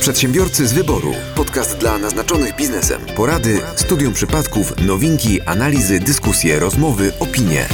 Przedsiębiorcy z wyboru. Podcast dla naznaczonych biznesem. Porady, studium przypadków, nowinki, analizy, dyskusje, rozmowy, opinie.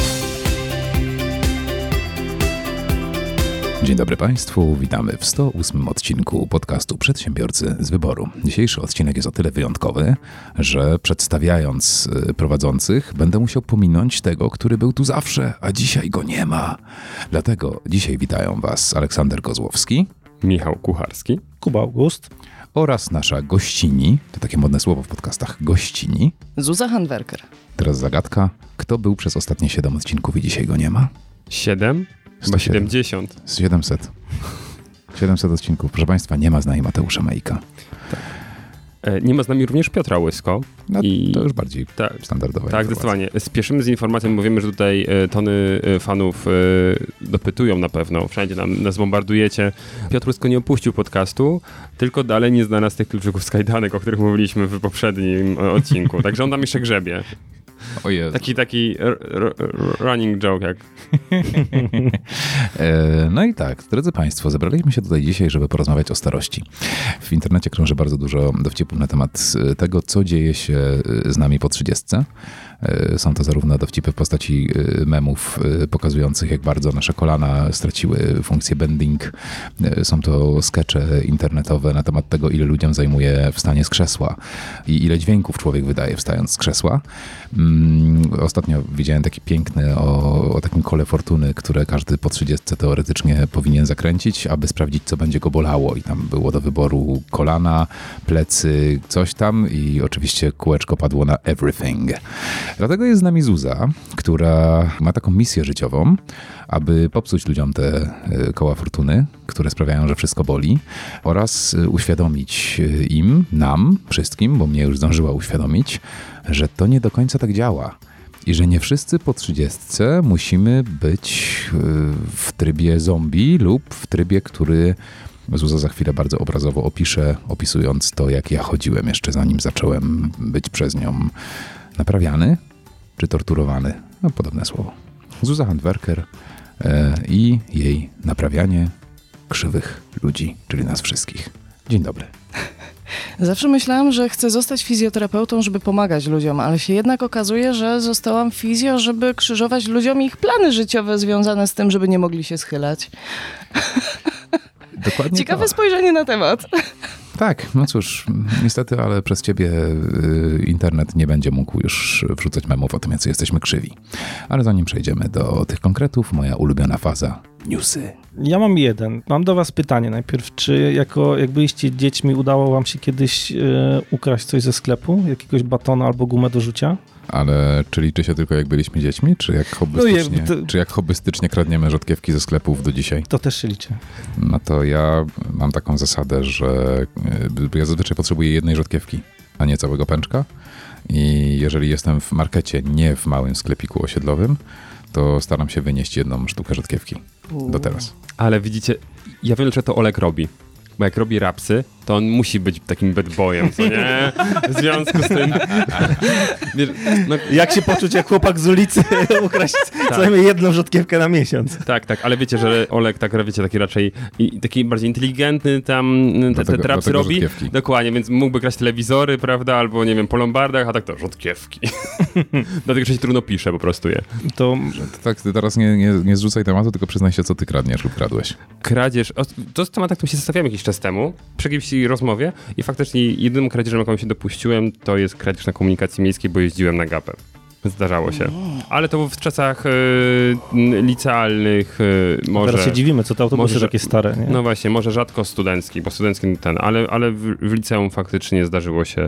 Dzień dobry Państwu, witamy w 108 odcinku podcastu Przedsiębiorcy z wyboru. Dzisiejszy odcinek jest o tyle wyjątkowy, że przedstawiając prowadzących będę musiał pominąć tego, który był tu zawsze, a dzisiaj go nie ma. Dlatego dzisiaj witają Was Aleksander Kozłowski, Michał Kucharski, Kuba August oraz nasza gościni, to takie modne słowo w podcastach, gościni, Zuza Handwerker. Teraz zagadka, kto był przez ostatnie 7 odcinków i dzisiaj go nie ma? 7? Chyba 70. 700 odcinków. Proszę Państwa, nie ma z nami Mateusza Majka. Tak. Nie ma z nami również Piotra Łysko. No, to już bardziej standardowe. Tak, zdecydowanie. Spieszymy z informacją, bo wiemy, że tutaj tony fanów dopytują na pewno. Wszędzie nas bombardujecie. Piotr Łysko nie opuścił podcastu, tylko dalej nie znalazł tych kluczyków z kajdanek, o których mówiliśmy w poprzednim odcinku. Także on tam jeszcze grzebie. O Jezu. Taki running joke jak. No i tak, drodzy Państwo, zebraliśmy się tutaj dzisiaj, żeby porozmawiać o starości. W internecie krąży bardzo dużo dowcipów na temat tego, co dzieje się z nami po 30. Są to zarówno dowcipy w postaci memów pokazujących, jak bardzo nasze kolana straciły funkcję bending. Są to skecze internetowe na temat tego, ile ludziom zajmuje wstanie z krzesła i ile dźwięków człowiek wydaje wstając z krzesła. Ostatnio widziałem taki piękny o takim kole fortuny, które każdy po 30 teoretycznie powinien zakręcić, aby sprawdzić, co będzie go bolało. I tam było do wyboru kolana, plecy, coś tam i oczywiście kółeczko padło na everything. Dlatego jest z nami Zuza, która ma taką misję życiową, aby popsuć ludziom te koła fortuny, które sprawiają, że wszystko boli, oraz uświadomić im, nam, wszystkim, bo mnie już zdążyła uświadomić, że to nie do końca tak działa. I że nie wszyscy po 30 musimy być w trybie zombie lub w trybie, który Zuza za chwilę bardzo obrazowo opisze, opisując to, jak ja chodziłem jeszcze zanim zacząłem być przez nią naprawiany czy torturowany. No, podobne słowo. Zuza Handwerker i jej naprawianie krzywych ludzi, czyli nas wszystkich. Dzień dobry. Zawsze myślałam, że chcę zostać fizjoterapeutą, żeby pomagać ludziom, ale się jednak okazuje, że zostałam fizjo, żeby krzyżować ludziom ich plany życiowe związane z tym, żeby nie mogli się schylać. Dokładnie. Ciekawe spojrzenie na temat. Tak, no cóż, niestety, ale przez ciebie internet nie będzie mógł już wrzucać memów o tym, jacy jesteśmy krzywi. Ale zanim przejdziemy do tych konkretów, moja ulubiona faza, newsy. Ja mam do was pytanie najpierw. Czy jak byliście dziećmi, udało wam się kiedyś ukraść coś ze sklepu? Jakiegoś batona albo gumę do rzucia? Ale czy liczy się tylko jak byliśmy dziećmi, czy jak hobbystycznie kradniemy rzodkiewki ze sklepów do dzisiaj? To też się liczy. No to ja mam taką zasadę, że ja zazwyczaj potrzebuję jednej rzodkiewki, a nie całego pęczka. I jeżeli jestem w markecie, nie w małym sklepiku osiedlowym, to staram się wynieść jedną sztukę rzodkiewki do teraz. Ale widzicie, ja wiem, że to Olek robi. Bo jak robi rapsy, to on musi być takim bad boyem, co nie? W związku z tym... Wiesz, no, jak się poczuć jak chłopak z ulicy ukraść co najmniej jedną rzodkiewkę na miesiąc. Tak, ale wiecie, że Olek taki raczej taki bardziej inteligentny tam te trapsy robi. Rzodkiewki. Dokładnie, więc mógłby kraść telewizory, prawda, albo nie wiem, po lombardach, a tak to rzodkiewki. Dlatego, że się trudno pisze po prostu je. Tak, ty teraz nie zrzucaj tematu, tylko przyznaj się, co ty kradniesz lub kradłeś. Kradzież, to jest temat, którym się zastanawiałem jakiś czas temu, przy jakiejś rozmowie i faktycznie jedynym kradzieżem, jaką się dopuściłem, to jest kradzież na komunikacji miejskiej, bo jeździłem na gapę. Zdarzało się. Ale to w czasach licealnych może... Teraz się dziwimy, co te autobusy takie stare, nie? No właśnie, może rzadko studencki, bo studencki ale w liceum faktycznie zdarzyło się,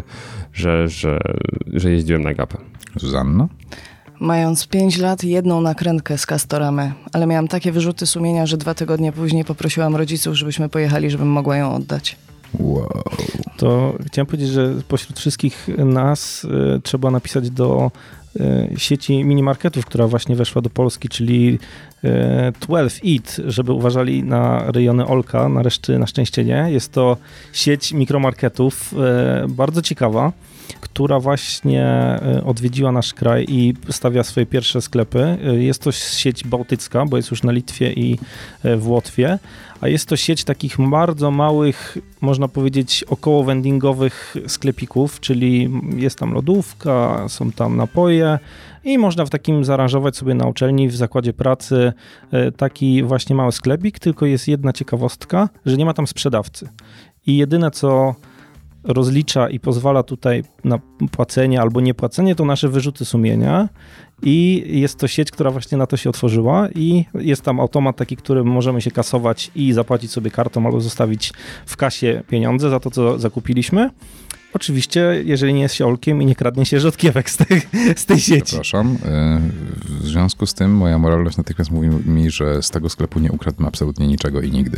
że jeździłem na gapę. Zuzanna? Mając 5 lat, jedną nakrętkę z Castoramy, ale miałam takie wyrzuty sumienia, że 2 tygodnie później poprosiłam rodziców, żebyśmy pojechali, żebym mogła ją oddać. Wow. To chciałem powiedzieć, że pośród wszystkich nas trzeba napisać do sieci minimarketów, która właśnie weszła do Polski, czyli 12 Eat, żeby uważali na rejony Olka, na reszty na szczęście nie. Jest to sieć mikromarketów bardzo ciekawa. która właśnie odwiedziła nasz kraj i stawia swoje pierwsze sklepy. Jest to sieć bałtycka, bo jest już na Litwie i w Łotwie, a jest to sieć takich bardzo małych, można powiedzieć, około vendingowych sklepików, czyli jest tam lodówka, są tam napoje i można w takim zaaranżować sobie na uczelni, w zakładzie pracy taki właśnie mały sklepik, tylko jest jedna ciekawostka, że nie ma tam sprzedawcy. I jedyne, co rozlicza i pozwala tutaj na płacenie albo niepłacenie, to nasze wyrzuty sumienia i jest to sieć, która właśnie na to się otworzyła i jest tam automat taki, którym możemy się kasować i zapłacić sobie kartą albo zostawić w kasie pieniądze za to, co zakupiliśmy. Oczywiście, jeżeli nie jest się olkiem i nie kradnie się rzodkiewek z tej sieci. Przepraszam. W związku z tym moja moralność natychmiast mówi mi, że z tego sklepu nie ukradłem absolutnie niczego i nigdy.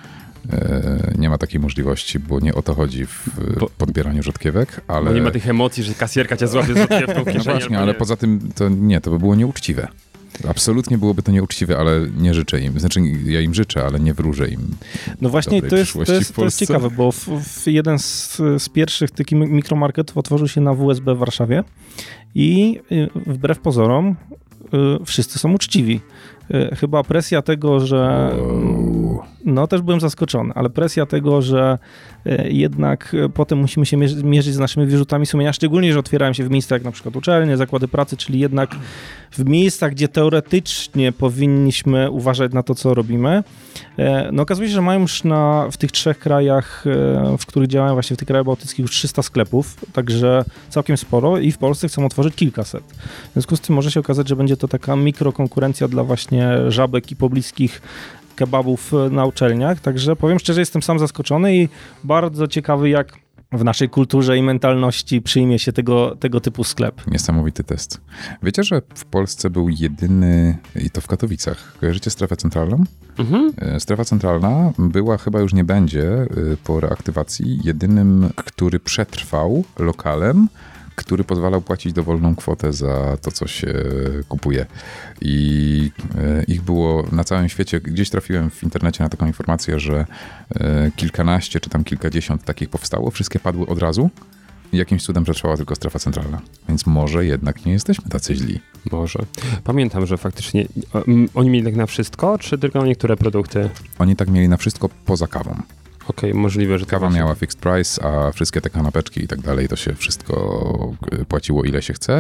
Nie ma takiej możliwości, bo nie o to chodzi w podbieraniu rzodkiewek, ale... Bo nie ma tych emocji, że kasjerka cię złapie z rzodkiewką w kieszeni. No właśnie, ale poza tym to by było nieuczciwe. Absolutnie byłoby to nieuczciwe, ale nie życzę im. Znaczy, ja im życzę, ale nie wróżę im. No właśnie, to jest ciekawe, bo jeden z pierwszych takich mikromarketów otworzył się na WSB w Warszawie i wbrew pozorom wszyscy są uczciwi. Chyba presja tego, że... No też byłem zaskoczony, ale presja tego, że jednak potem musimy się mierzyć z naszymi wyrzutami sumienia, szczególnie, że otwierają się w miejscach jak na przykład uczelnie, zakłady pracy, czyli jednak w miejscach, gdzie teoretycznie powinniśmy uważać na to, co robimy. No okazuje się, że mają już w tych 3 krajach, w których działają właśnie w tych krajach bałtyckich już 300 sklepów, także całkiem sporo i w Polsce chcą otworzyć kilkaset. W związku z tym może się okazać, że będzie to taka mikrokonkurencja dla właśnie żabek i pobliskich kebabów na uczelniach, także powiem szczerze, jestem sam zaskoczony i bardzo ciekawy, jak w naszej kulturze i mentalności przyjmie się tego typu sklep. Niesamowity test. Wiecie, że w Polsce był jedyny, i to w Katowicach, kojarzycie strefę centralną? Mhm. Strefa centralna była, chyba już nie będzie po reaktywacji, jedynym, który przetrwał lokalem, który pozwalał płacić dowolną kwotę za to, co się kupuje. I ich było na całym świecie. Gdzieś trafiłem w internecie na taką informację, że kilkanaście czy tam kilkadziesiąt takich powstało. Wszystkie padły od razu. I jakimś cudem przetrwała tylko strefa centralna. Więc może jednak nie jesteśmy tacy źli. Może. Pamiętam, że faktycznie oni mieli tak na wszystko, czy tylko na niektóre produkty? Oni tak mieli na wszystko poza kawą. Okej, możliwe, że kawa miała fixed price, a wszystkie te kanapeczki i tak dalej, to się wszystko płaciło ile się chce.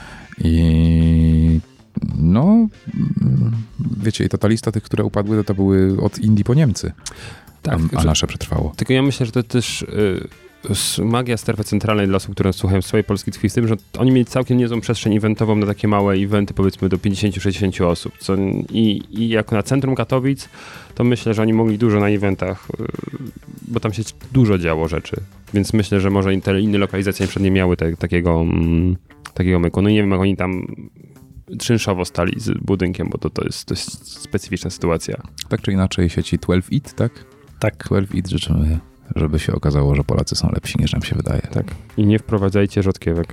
I no, wiecie, i ta lista tych, które upadły, to były od Indii po Niemcy, tak, a nasze przetrwało. Tylko ja myślę, że to też magia strefy centralnej dla osób, które słuchają swojej Polski tkwi w tym, że oni mieli całkiem niezłą przestrzeń eventową na takie małe eventy, powiedzmy do 50-60 osób. I jako na centrum Katowic, to myślę, że oni mogli dużo na eventach, bo tam się dużo działo rzeczy. Więc myślę, że może te inne lokalizacje nie miały takiego myku. No i nie wiem, jak oni tam czynszowo stali z budynkiem, bo to jest dość specyficzna sytuacja. Tak czy inaczej sieci 12 Eat, tak? Tak. 12 Eat życzymy, żeby się okazało, że Polacy są lepsi niż nam się wydaje. Tak. I nie wprowadzajcie rzodkiewek.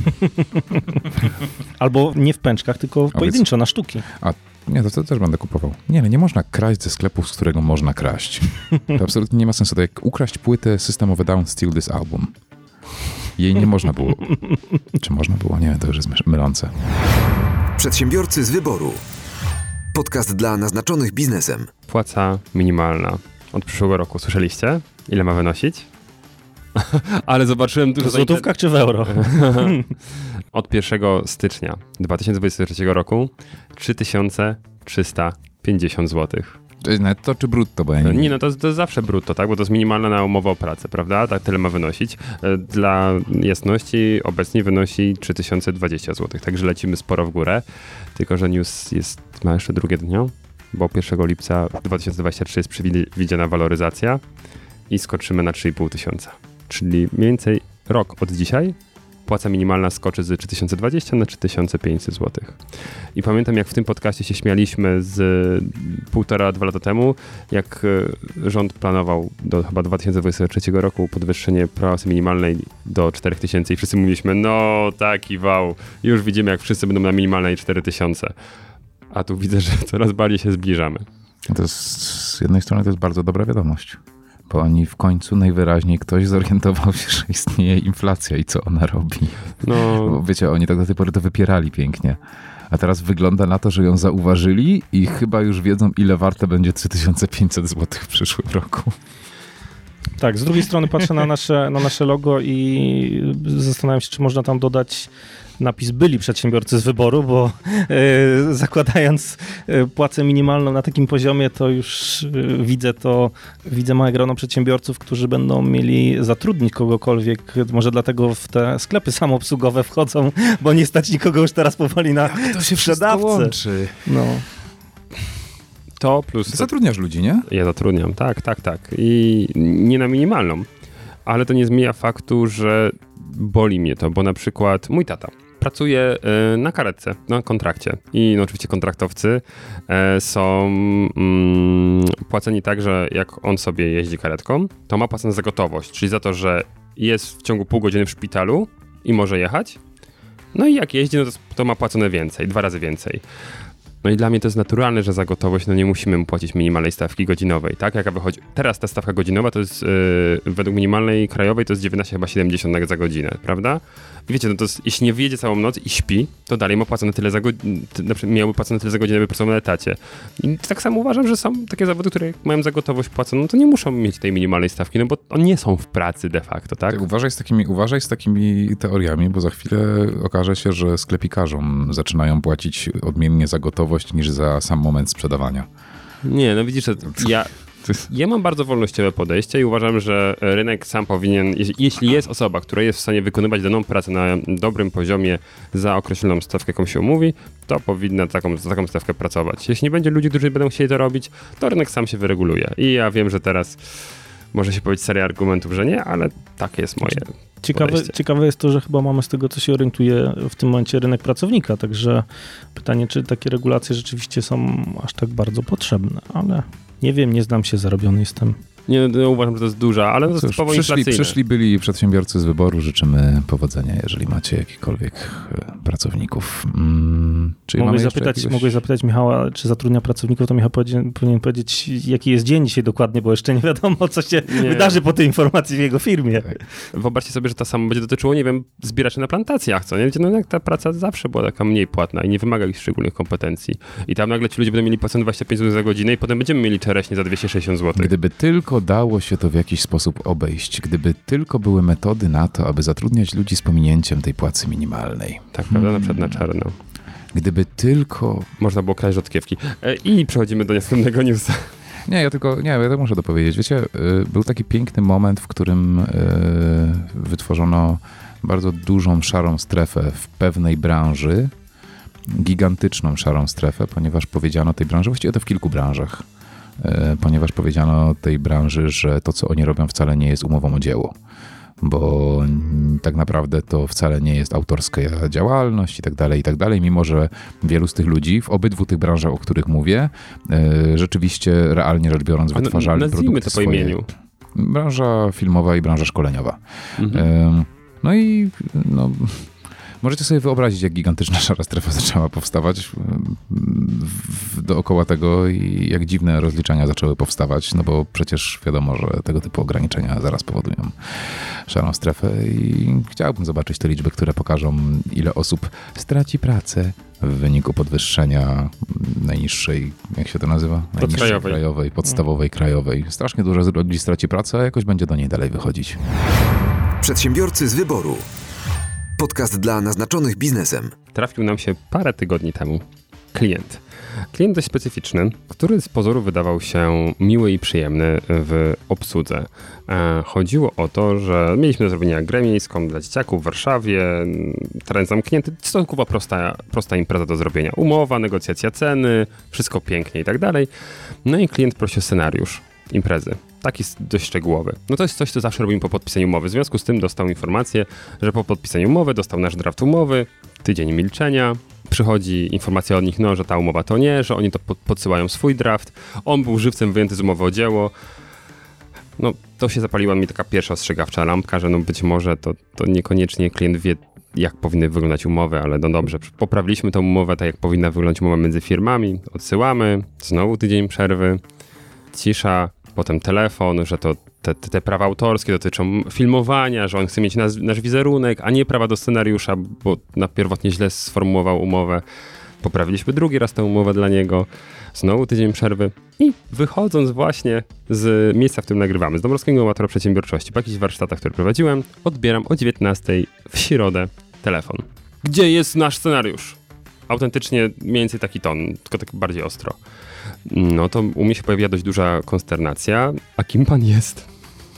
Albo nie w pęczkach, tylko pojedynczo, na sztuki. A nie, to też będę kupował. Nie można kraść ze sklepu, z którego można kraść. To absolutnie nie ma sensu. To jak ukraść płytę systemowe Down Steal This Album. Jej nie można było. Czy można było? Nie, to już jest mylące. Przedsiębiorcy z wyboru. Podcast dla naznaczonych biznesem. Płaca minimalna od przyszłego roku. Słyszeliście? Ile ma wynosić? Ale zobaczyłem dużo... W złotówkach czy w euro? Od 1 stycznia 2023 roku 3350 zł. To jest netto czy brutto? Bo ja nie, no to jest zawsze brutto, tak? Bo to jest minimalna na umowę o pracę, prawda? Tak, tyle ma wynosić. Dla jasności obecnie wynosi 3020 zł, także lecimy sporo w górę. Tylko że news ma jeszcze drugie dno, bo 1 lipca 2023 jest przewidziana waloryzacja i skoczymy na 3500. Czyli mniej więcej rok od dzisiaj płaca minimalna skoczy z 3020 na 3500 zł. I pamiętam, jak w tym podcaście się śmialiśmy z 1,5-2 lata temu, jak rząd planował do chyba 2023 roku podwyższenie płacy minimalnej do 4000 i wszyscy mówiliśmy, no taki wał, już widzimy, jak wszyscy będą na minimalnej 4000. A tu widzę, że coraz bardziej się zbliżamy. To jest, z jednej strony to jest bardzo dobra wiadomość. Bo oni w końcu najwyraźniej ktoś zorientował się, że istnieje inflacja i co ona robi. No. Bo wiecie, oni tak do tej pory to wypierali pięknie. A teraz wygląda na to, że ją zauważyli i chyba już wiedzą, ile warte będzie 3500 zł w przyszłym roku. Tak, z drugiej strony patrzę na nasze logo i zastanawiam się, czy można tam dodać napis byli przedsiębiorcy z wyboru, bo zakładając płacę minimalną na takim poziomie, to już widzę małe grono przedsiębiorców, którzy będą mieli zatrudnić kogokolwiek. Może dlatego w te sklepy samoobsługowe wchodzą, bo nie stać nikogo już teraz powoli na To się sprzedawcę. łączy. No. To plus... Zatrudniasz ludzi, nie? Ja zatrudniam, tak. I nie na minimalną. Ale to nie zmienia faktu, że boli mnie to, bo na przykład mój tata pracuje na karetce, na kontrakcie. I no, oczywiście kontraktowcy są płaceni tak, że jak on sobie jeździ karetką, to ma płacone za gotowość, czyli za to, że jest w ciągu pół godziny w szpitalu i może jechać. No i jak jeździ, no to ma płacone więcej, 2 razy więcej. No i dla mnie to jest naturalne, że za gotowość nie musimy mu płacić minimalnej stawki godzinowej, tak? Jaka wychodzi... Teraz ta stawka godzinowa to jest według minimalnej krajowej to jest 19,70 za godzinę, prawda? I wiecie, no to jest, jeśli nie wyjedzie całą noc i śpi, to dalej ma płacone tyle za godzinę, miałby płacone tyle za godzinę, by pracował na etacie. I tak samo uważam, że są takie zawody, które mają za gotowość płaconą, no to nie muszą mieć tej minimalnej stawki, no bo oni nie są w pracy de facto, tak? Uważaj z takimi teoriami, bo za chwilę okaże się, że sklepikarzom zaczynają płacić odmiennie za gotowość niż za sam moment sprzedawania. Nie, no widzisz, ja mam bardzo wolnościowe podejście i uważam, że rynek sam powinien, jeśli jest osoba, która jest w stanie wykonywać daną pracę na dobrym poziomie za określoną stawkę, jaką się umówi, to powinna za taką stawkę pracować. Jeśli nie będzie ludzi, którzy będą chcieli to robić, to rynek sam się wyreguluje. I ja wiem, że teraz może się powiedzieć seria argumentów, że nie, ale takie jest moje Ciekawe jest to, że chyba mamy z tego, co się orientuje w tym momencie rynek pracownika, także pytanie, czy takie regulacje rzeczywiście są aż tak bardzo potrzebne, ale nie wiem, nie znam się, zarobiony jestem. Nie, no, uważam, że to jest duża, ale to jest typowo inflacyjne. Byli przedsiębiorcy z wyboru, życzymy powodzenia, jeżeli macie jakichkolwiek pracowników. Mogłeś zapytać Michała, czy zatrudnia pracowników, to Michał powinien powiedzieć, jaki jest dzień dzisiaj dokładnie, bo jeszcze nie wiadomo, co się wydarzy po tej informacji w jego firmie. Tak. Wyobraźcie sobie, że to samo będzie dotyczyło, nie wiem, zbieraczy na plantacjach, co nie? No jak ta praca zawsze była taka mniej płatna i nie wymaga jakichś szczególnych kompetencji. I tam nagle ci ludzie będą mieli płacone 25 zł za godzinę i potem będziemy mieli czereśnie za 260 zł. Gdyby tylko dało się to w jakiś sposób obejść, gdyby tylko były metody na to, aby zatrudniać ludzi z pominięciem tej płacy minimalnej. Tak, prawda? Na przykład na czarno. Gdyby tylko... Można było kraść rzodkiewki. I przechodzimy do następnego newsa. Ja to muszę dopowiedzieć. Wiecie, był taki piękny moment, w którym wytworzono bardzo dużą szarą strefę w pewnej branży, gigantyczną szarą strefę, ponieważ powiedziano tej branży, właściwie to w kilku branżach, ponieważ powiedziano tej branży, że to, co oni robią, wcale nie jest umową o dzieło, bo tak naprawdę to wcale nie jest autorska działalność i tak dalej, mimo że wielu z tych ludzi w obydwu tych branżach, o których mówię, rzeczywiście realnie rzecz biorąc wytwarzali produkty swoje. Nazwijmy to po imieniu. Branża filmowa i branża szkoleniowa. Możecie sobie wyobrazić, jak gigantyczna szara strefa zaczęła powstawać dookoła tego i jak dziwne rozliczenia zaczęły powstawać, no bo przecież wiadomo, że tego typu ograniczenia zaraz powodują szarą strefę i chciałbym zobaczyć te liczby, które pokażą, ile osób straci pracę w wyniku podwyższenia najniższej, jak się to nazywa? Najniższej krajowej, podstawowej krajowej. Strasznie dużo ludzi straci pracę, a jakoś będzie do niej dalej wychodzić. Przedsiębiorcy z wyboru. Podcast dla naznaczonych biznesem. Trafił nam się parę tygodni temu klient. Klient dość specyficzny, który z pozoru wydawał się miły i przyjemny w obsłudze. Chodziło o to, że mieliśmy do zrobienia grę miejską dla dzieciaków w Warszawie, teren zamknięty, stosunkowo prosta impreza do zrobienia. Umowa, negocjacja ceny, wszystko pięknie i tak dalej. No i klient prosił o scenariusz imprezy. Taki dość szczegółowy. No to jest coś, co zawsze robimy po podpisaniu umowy. W związku z tym dostał informację, że po podpisaniu umowy dostał nasz draft umowy, tydzień milczenia, przychodzi informacja od nich, no, że ta umowa to nie, że oni to podsyłają swój draft. On był żywcem wyjęty z umowy o dzieło. No to się zapaliła mi taka pierwsza ostrzegawcza lampka, że no być może to niekoniecznie klient wie, jak powinny wyglądać umowy, ale no dobrze, poprawiliśmy tą umowę tak, jak powinna wyglądać umowa między firmami, odsyłamy, znowu tydzień przerwy, cisza, potem telefon, że to te prawa autorskie dotyczą filmowania, że on chce mieć nasz wizerunek, a nie prawa do scenariusza, bo pierwotnie źle sformułował umowę. Poprawiliśmy drugi raz tę umowę dla niego. Znowu tydzień przerwy. I wychodząc właśnie z miejsca, w którym nagrywamy, z Dąbrowskiego Amatora Przedsiębiorczości, po jakichś warsztatach, które prowadziłem, odbieram o 19:00 w środę telefon. Gdzie jest nasz scenariusz? Autentycznie mniej więcej taki ton, tylko tak bardziej ostro. No to u mnie się pojawiła dość duża konsternacja. A kim pan jest?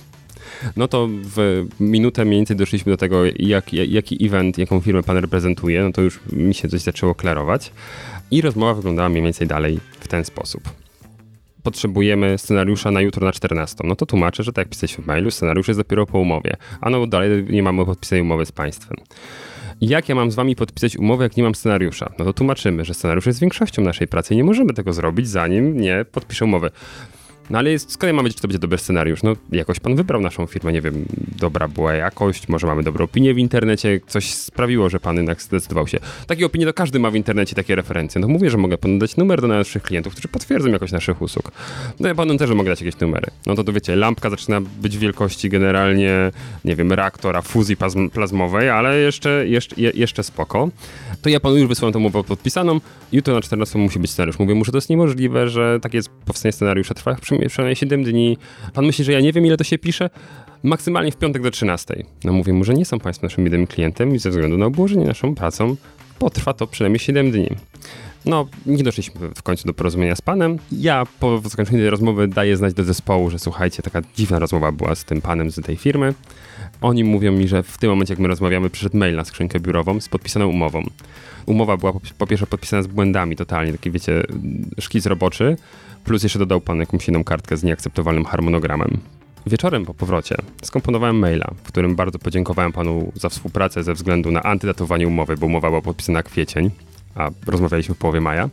No to w minutę mniej więcej doszliśmy do tego, jaki event, jaką firmę pan reprezentuje. No to już mi się coś zaczęło klarować. I rozmowa wyglądała mniej więcej dalej w ten sposób. Potrzebujemy scenariusza na jutro na 14:00. No to tłumaczę, że tak jak pisaliśmy w mailu, scenariusz jest dopiero po umowie. A no dalej nie mamy podpisanej umowy z państwem. Jak ja mam z wami podpisać umowę, jak nie mam scenariusza? No to tłumaczymy, że scenariusz jest większością naszej pracy i nie możemy tego zrobić, zanim nie podpiszę umowy. No ale skąd ja mam wiedzieć, czy to będzie dobry scenariusz? No jakoś pan wybrał naszą firmę, nie wiem, dobra była jakość, może mamy dobrą opinię w internecie, coś sprawiło, że pan jednak zdecydował się. Takie opinie to każdy ma w internecie, takie referencje. No mówię, że mogę panu dać numer do naszych klientów, którzy potwierdzą jakość naszych usług. No ja panu też mogę dać jakieś numery. No to wiecie, lampka zaczyna być wielkości generalnie, nie wiem, reaktora fuzji plazmowej, ale jeszcze spoko. To ja panu już wysłałem tą umowę podpisaną, jutro na 14:00 musi być scenariusz. Mówię mu, że to jest niemożliwe, że takie jest powstanie scenariusza, trwa przynajmniej 7 dni. Pan myśli, że ja nie wiem, ile to się pisze? Maksymalnie w piątek do 13:00. No mówię mu, że nie są państwo naszym jedynym klientem i ze względu na obłożenie naszą pracą potrwa to przynajmniej 7 dni. No, nie doszliśmy w końcu do porozumienia z panem. Ja po zakończeniu tej rozmowy daję znać do zespołu, że słuchajcie, taka dziwna rozmowa była z tym panem z tej firmy. Oni mówią mi, że w tym momencie, jak my rozmawiamy, przyszedł mail na skrzynkę biurową z podpisaną umową. Umowa była po pierwsze podpisana z błędami totalnie, taki wiecie, szkic roboczy, plus jeszcze dodał pan jakąś inną kartkę z nieakceptowalnym harmonogramem. Wieczorem po powrocie skomponowałem maila, w którym bardzo podziękowałem panu za współpracę ze względu na antydatowanie umowy, bo umowa była podpisana kwiecień, a rozmawialiśmy w połowie maja.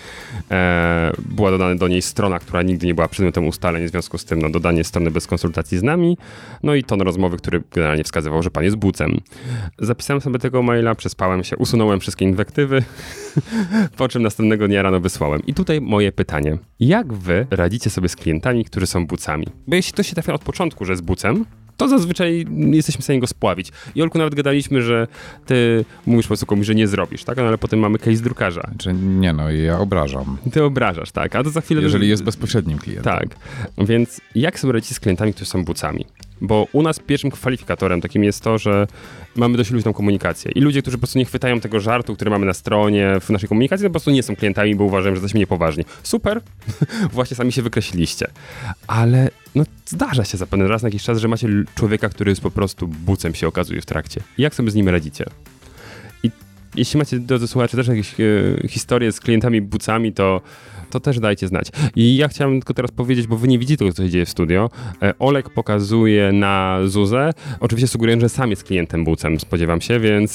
Była dodana do niej strona, która nigdy nie była przedmiotem ustaleń, w związku z tym dodanie strony bez konsultacji z nami, no i ton rozmowy, który generalnie wskazywał, że pan jest bucem. Zapisałem sobie tego maila, przespałem się, usunąłem wszystkie inwektywy, po czym następnego dnia rano wysłałem. I tutaj moje pytanie. Jak wy radzicie sobie z klientami, którzy są bucami? Bo jeśli ktoś się trafia od początku, że jest bucem, to zazwyczaj jesteśmy w stanie go spławić. I Olku, nawet gadaliśmy, że ty mówisz po prostu komuś, że nie zrobisz, tak? No, ale potem mamy case drukarza. Znaczy, nie no, ja obrażam. Ty obrażasz, tak? A to za chwilę... Jeżeli jest bezpośrednim klientem. Tak. Więc jak sobie radzicie z klientami, którzy są bucami? Bo u nas pierwszym kwalifikatorem takim jest to, że mamy dość luźną komunikację. I ludzie, którzy po prostu nie chwytają tego żartu, który mamy na stronie, w naszej komunikacji, to po prostu nie są klientami, bo uważają, że jesteśmy niepoważni. Super! Właśnie sami się wykreśliliście. Ale no zdarza się zapewne raz na jakiś czas, że macie człowieka, który jest po prostu bucem, się okazuje w trakcie. I jak sobie z nim radzicie? I jeśli macie, drodzy słuchacze, też jakieś historie z klientami bucami, to też dajcie znać. I ja chciałem tylko teraz powiedzieć, bo wy nie widzicie tego, co się dzieje w studio. Olek pokazuje na Zuzę, oczywiście sugerując, że sam jest klientem bucem, spodziewam się, więc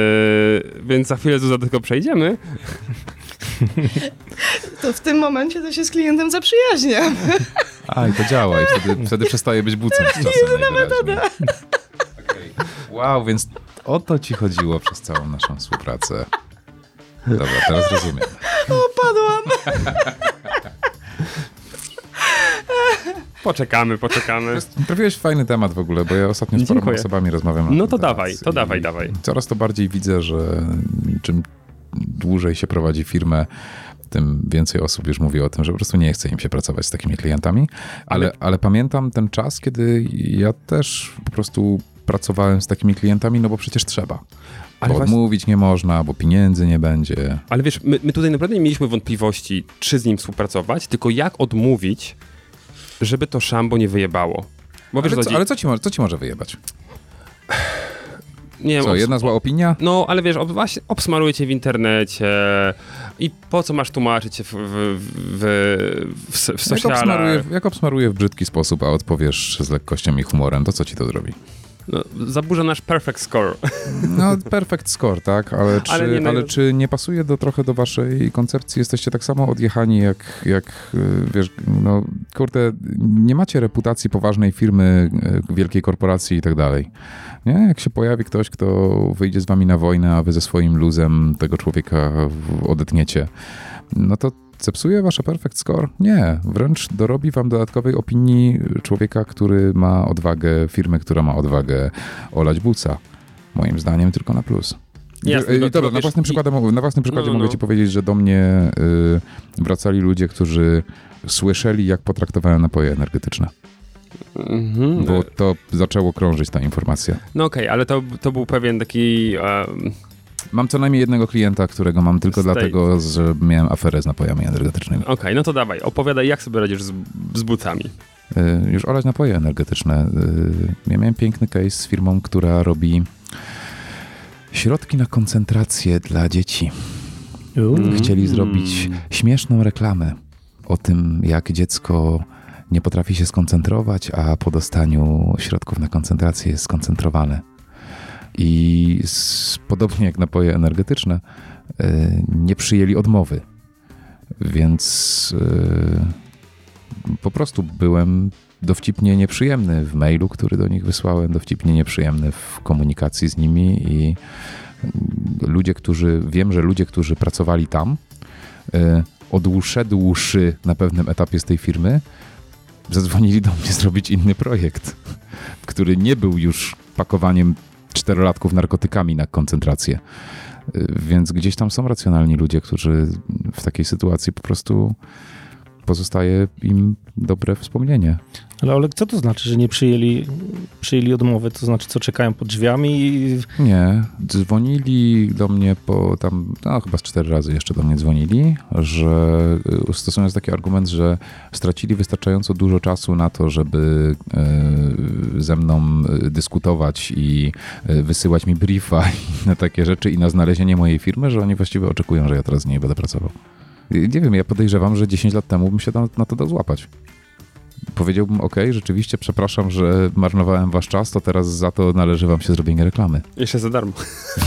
za chwilę Zuza do tego przejdziemy. To w tym momencie to się z klientem zaprzyjaźniam. A, i to działa. I wtedy przestaje być bucem z czasem. Jedyna metoda. Okay. Wow, więc o to ci chodziło przez całą naszą współpracę. Dobra, teraz rozumiem. Opadłam. Poczekamy. Trafiłeś w fajny temat w ogóle, bo ja ostatnio z paroma osobami rozmawiam. No to dawaj. Coraz to bardziej widzę, że czym dłużej się prowadzi firmę, tym więcej osób już mówi o tym, że po prostu nie chce im się pracować z takimi klientami. Ale pamiętam ten czas, kiedy ja też po prostu pracowałem z takimi klientami, no bo przecież trzeba. Bo odmówić nie można, bo pieniędzy nie będzie. Ale wiesz, my tutaj naprawdę nie mieliśmy wątpliwości, czy z nim współpracować, tylko jak odmówić, żeby to szambo nie wyjebało. Bo ale co ci może wyjebać? Nie wiem, jedna zła opinia? No, ale wiesz, właśnie obsmaruję cię w internecie i po co masz tłumaczyć się w socialach? Jak obsmaruję w brzydki sposób, a odpowiesz z lekkością i humorem, to co ci to zrobi? No, zaburza nasz perfect score. No, perfect score, tak, ale czy nie pasuje trochę do waszej koncepcji? Jesteście tak samo odjechani jak wiesz, no kurde, nie macie reputacji poważnej firmy, wielkiej korporacji i tak dalej. Nie? Jak się pojawi ktoś, kto wyjdzie z wami na wojnę, a wy ze swoim luzem tego człowieka odetniecie, no to zepsuje wasze perfect score? Nie, wręcz dorobi wam dodatkowej opinii człowieka, który ma odwagę, firmy, która ma odwagę olać buca. Moim zdaniem tylko na plus. Jasne, Dobra, na własnym przykładzie mogę ci powiedzieć, że do mnie wracali ludzie, którzy słyszeli, jak potraktowałem napoje energetyczne. Bo to zaczęło krążyć ta informacja. No okej, ale to był pewien taki... Mam co najmniej jednego klienta, którego mam tylko dlatego, że miałem aferę z napojami energetycznymi. Okej, no to dawaj, opowiadaj, jak sobie radzisz z bucami. Już olać napoje energetyczne. Ja miałem piękny case z firmą, która robi środki na koncentrację dla dzieci. Chcieli zrobić śmieszną reklamę o tym, jak dziecko nie potrafi się skoncentrować, a po dostaniu środków na koncentrację jest skoncentrowane. I podobnie jak napoje energetyczne, nie przyjęli odmowy. Więc po prostu byłem dowcipnie nieprzyjemny w mailu, który do nich wysłałem, dowcipnie nieprzyjemny w komunikacji z nimi i wiem, że ludzie, którzy pracowali tam, odszedłszy na pewnym etapie z tej firmy, zadzwonili do mnie zrobić inny projekt, który nie był już pakowaniem 4-latków narkotykami na koncentrację. Więc gdzieś tam są racjonalni ludzie, którzy w takiej sytuacji po prostu pozostaje im dobre wspomnienie. Ale Oleg, co to znaczy, że nie przyjęli odmowy? To znaczy, co, czekają pod drzwiami? Nie, dzwonili do mnie chyba z 4 razy jeszcze do mnie dzwonili, że stosując taki argument, że stracili wystarczająco dużo czasu na to, żeby ze mną dyskutować i wysyłać mi briefa i na takie rzeczy i na znalezienie mojej firmy, że oni właściwie oczekują, że ja teraz z niej będę pracował. Nie wiem, ja podejrzewam, że 10 lat temu bym się na to dał złapać. Powiedziałbym, rzeczywiście przepraszam, że marnowałem wasz czas, to teraz za to należy wam się zrobienie reklamy. Jeszcze za darmo.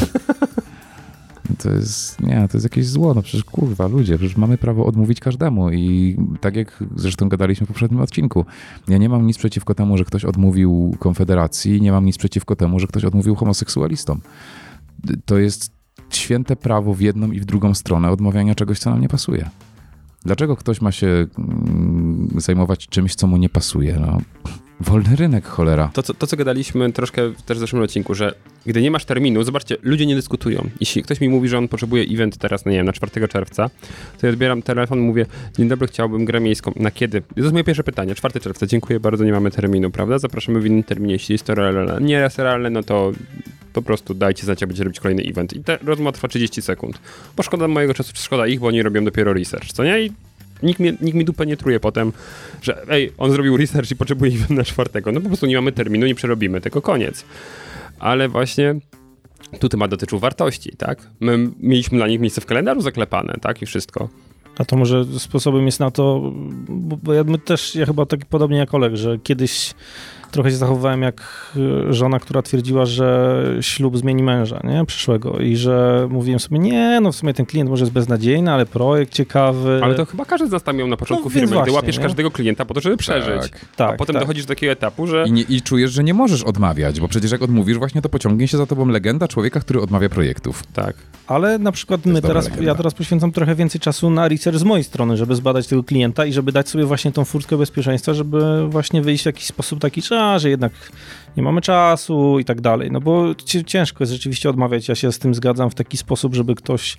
To jest jakieś zło, no przecież kurwa, ludzie, przecież mamy prawo odmówić każdemu i tak jak zresztą gadaliśmy w poprzednim odcinku, ja nie mam nic przeciwko temu, że ktoś odmówił Konfederacji, nie mam nic przeciwko temu, że ktoś odmówił homoseksualistom. To jest święte prawo w jedną i w drugą stronę odmawiania czegoś, co nam nie pasuje. Dlaczego ktoś ma się zajmować czymś, co mu nie pasuje? No, wolny rynek, cholera. To, co gadaliśmy troszkę też w zeszłym odcinku, że gdy nie masz terminu, zobaczcie, ludzie nie dyskutują. Jeśli ktoś mi mówi, że on potrzebuje event teraz, na 4 czerwca, to ja odbieram telefon, mówię, dzień dobry, chciałbym grę miejską. Na kiedy? To jest moje pierwsze pytanie. 4 czerwca, dziękuję bardzo, nie mamy terminu, prawda? Zapraszamy w innym terminie, jeśli jest to realne. Nie jest realne, no to po prostu dajcie znać, jak będziecie robić kolejny event. I ta rozmowa trwa 30 sekund. Bo szkoda mojego czasu, czy szkoda ich, bo oni robią dopiero research, co nie? I nikt mi dupę nie truje potem, że on zrobił research i potrzebuje event na 4. No po prostu nie mamy terminu, nie przerobimy, tylko koniec. Ale właśnie tu temat dotyczył wartości, tak? My mieliśmy dla nich miejsce w kalendarzu zaklepane, tak? I wszystko. A to może sposobem jest na to, bo ja chyba tak podobnie jak Oleg, że kiedyś trochę się zachowywałem jak żona, która twierdziła, że ślub zmieni męża, nie? Przyszłego. I że mówiłem sobie, w sumie ten klient może jest beznadziejny, ale projekt ciekawy. Ale to chyba każdy z nas tam miał na początku firmy. Właśnie, ty łapiesz każdego klienta po to, żeby przeżyć. Tak, a potem dochodzisz do takiego etapu, że... I czujesz, że nie możesz odmawiać, bo przecież jak odmówisz, właśnie to pociągnie się za tobą legenda człowieka, który odmawia projektów. Tak. Ale na przykład ja teraz poświęcam trochę więcej czasu na research z mojej strony, żeby zbadać tego klienta i żeby dać sobie właśnie tą furtkę bezpieczeństwa, żeby właśnie wyjść w jakiś sposób taki, że jednak nie mamy czasu i tak dalej. No bo ciężko jest rzeczywiście odmawiać. Ja się z tym zgadzam w taki sposób, żeby ktoś...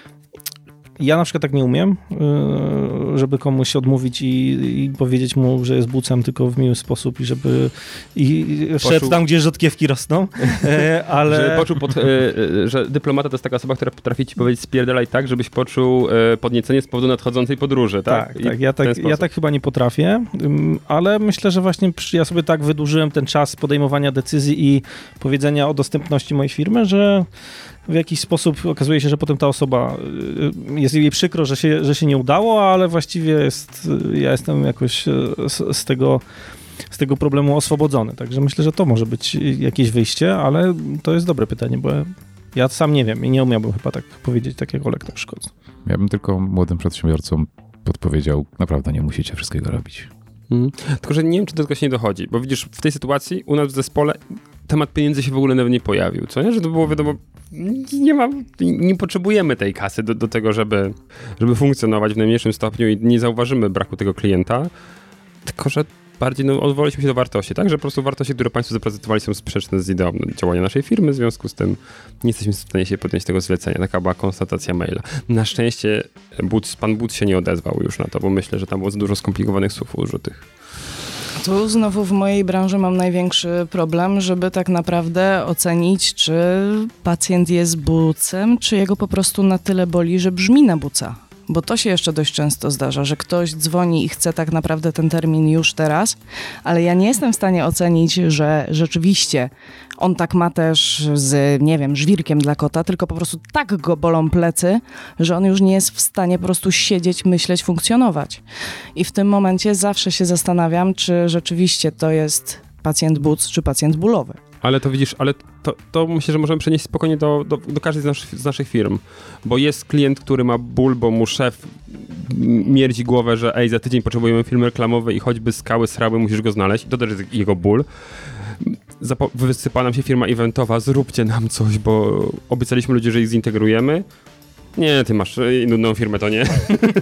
Ja na przykład tak nie umiem, żeby komuś odmówić i powiedzieć mu, że jest bucem, tylko w miły sposób i żeby szedł tam, gdzie rzodkiewki rosną, ale... Że poczuł, że dyplomata to jest taka osoba, która potrafi ci powiedzieć spierdalaj tak, żebyś poczuł podniecenie z powodu nadchodzącej podróży, tak? Tak. Ja tak chyba nie potrafię, ale myślę, że właśnie ja sobie tak wydłużyłem ten czas podejmowania decyzji i powiedzenia o dostępności mojej firmy, że w jakiś sposób okazuje się, że potem ta osoba, jest jej przykro, że się nie udało, ale właściwie ja jestem jakoś z tego problemu oswobodzony. Także myślę, że to może być jakieś wyjście, ale to jest dobre pytanie, bo ja sam nie wiem i nie umiałbym chyba tak powiedzieć, tak jak Oleg na przykład. Ja bym tylko młodym przedsiębiorcom podpowiedział, naprawdę nie musicie wszystkiego robić. Tylko, że nie wiem, czy do tego się nie dochodzi, bo widzisz, w tej sytuacji u nas w zespole temat pieniędzy się w ogóle nawet nie pojawił, co nie? Że to było wiadomo, nie potrzebujemy tej kasy do tego, żeby funkcjonować w najmniejszym stopniu i nie zauważymy braku tego klienta, tylko że bardziej odwołaliśmy się do wartości, tak? Że po prostu wartości, które państwo zaprezentowali, są sprzeczne z ideą działania naszej firmy, w związku z tym nie jesteśmy w stanie się podjąć tego zlecenia. Taka była konstatacja maila. Na szczęście pan But się nie odezwał już na to, bo myślę, że tam było za dużo skomplikowanych słów użytych. Tu znowu w mojej branży mam największy problem, żeby tak naprawdę ocenić, czy pacjent jest bucem, czy jego po prostu na tyle boli, że brzmi na buca. Bo to się jeszcze dość często zdarza, że ktoś dzwoni i chce tak naprawdę ten termin już teraz, ale ja nie jestem w stanie ocenić, że rzeczywiście on tak ma też z, nie wiem, żwirkiem dla kota, tylko po prostu tak go bolą plecy, że on już nie jest w stanie po prostu siedzieć, myśleć, funkcjonować. I w tym momencie zawsze się zastanawiam, czy rzeczywiście to jest pacjent buc, czy pacjent bólowy. Ale to widzisz, to myślę, że możemy przenieść spokojnie do każdej z naszych firm, bo jest klient, który ma ból, bo mu szef mierdzi głowę, że za tydzień potrzebujemy film reklamowy i choćby skały, srały, musisz go znaleźć. To też jest jego ból. Wysypa nam się firma eventowa, zróbcie nam coś, bo obiecaliśmy ludziom, że ich zintegrujemy. Nie, ty masz nudną firmę, to nie.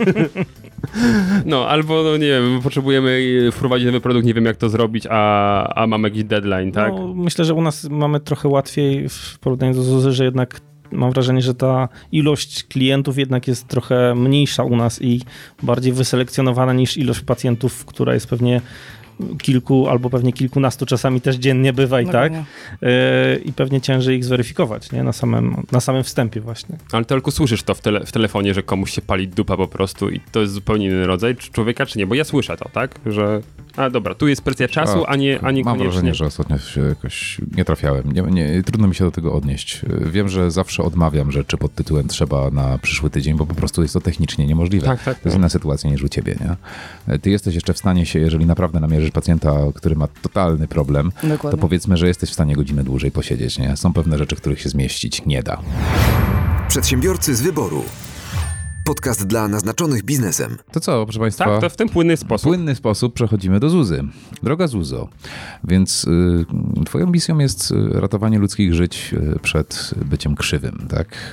No, albo, no nie wiem, potrzebujemy wprowadzić nowy produkt, nie wiem jak to zrobić, a mamy jakiś deadline, tak? No, myślę, że u nas mamy trochę łatwiej w porównaniu do Zuzy, że jednak mam wrażenie, że ta ilość klientów jednak jest trochę mniejsza u nas i bardziej wyselekcjonowana niż ilość pacjentów, która jest pewnie kilku albo pewnie kilkunastu czasami też dziennie bywa i tak. I pewnie ciężej ich zweryfikować, nie? Na samym wstępie właśnie. Ale tylko słyszysz to w telefonie, że komuś się pali dupa po prostu i to jest zupełnie inny rodzaj człowieka, czy nie? Bo ja słyszę to, tak? Że dobra, tu jest presja czasu, a nie Mam koniecznie. wrażenie, że ostatnio się jakoś nie trafiałem. Trudno mi się do tego odnieść. Wiem, że zawsze odmawiam rzeczy pod tytułem trzeba na przyszły tydzień, bo po prostu jest to technicznie niemożliwe. Tak. To jest inna sytuacja niż u ciebie, nie? Ty jesteś jeszcze w stanie się, jeżeli naprawdę namierzysz pacjenta, który ma totalny problem, Dokładnie. to powiedzmy, że jesteś w stanie godzinę dłużej posiedzieć, nie? Są pewne rzeczy, których się zmieścić nie da. Przedsiębiorcy z wyboru. Podcast dla naznaczonych biznesem. To co, proszę Państwa? Tak, to w ten płynny W płynny sposób przechodzimy do Zuzy. Droga Zuzo, więc twoją misją jest ratowanie ludzkich żyć przed byciem krzywym, tak?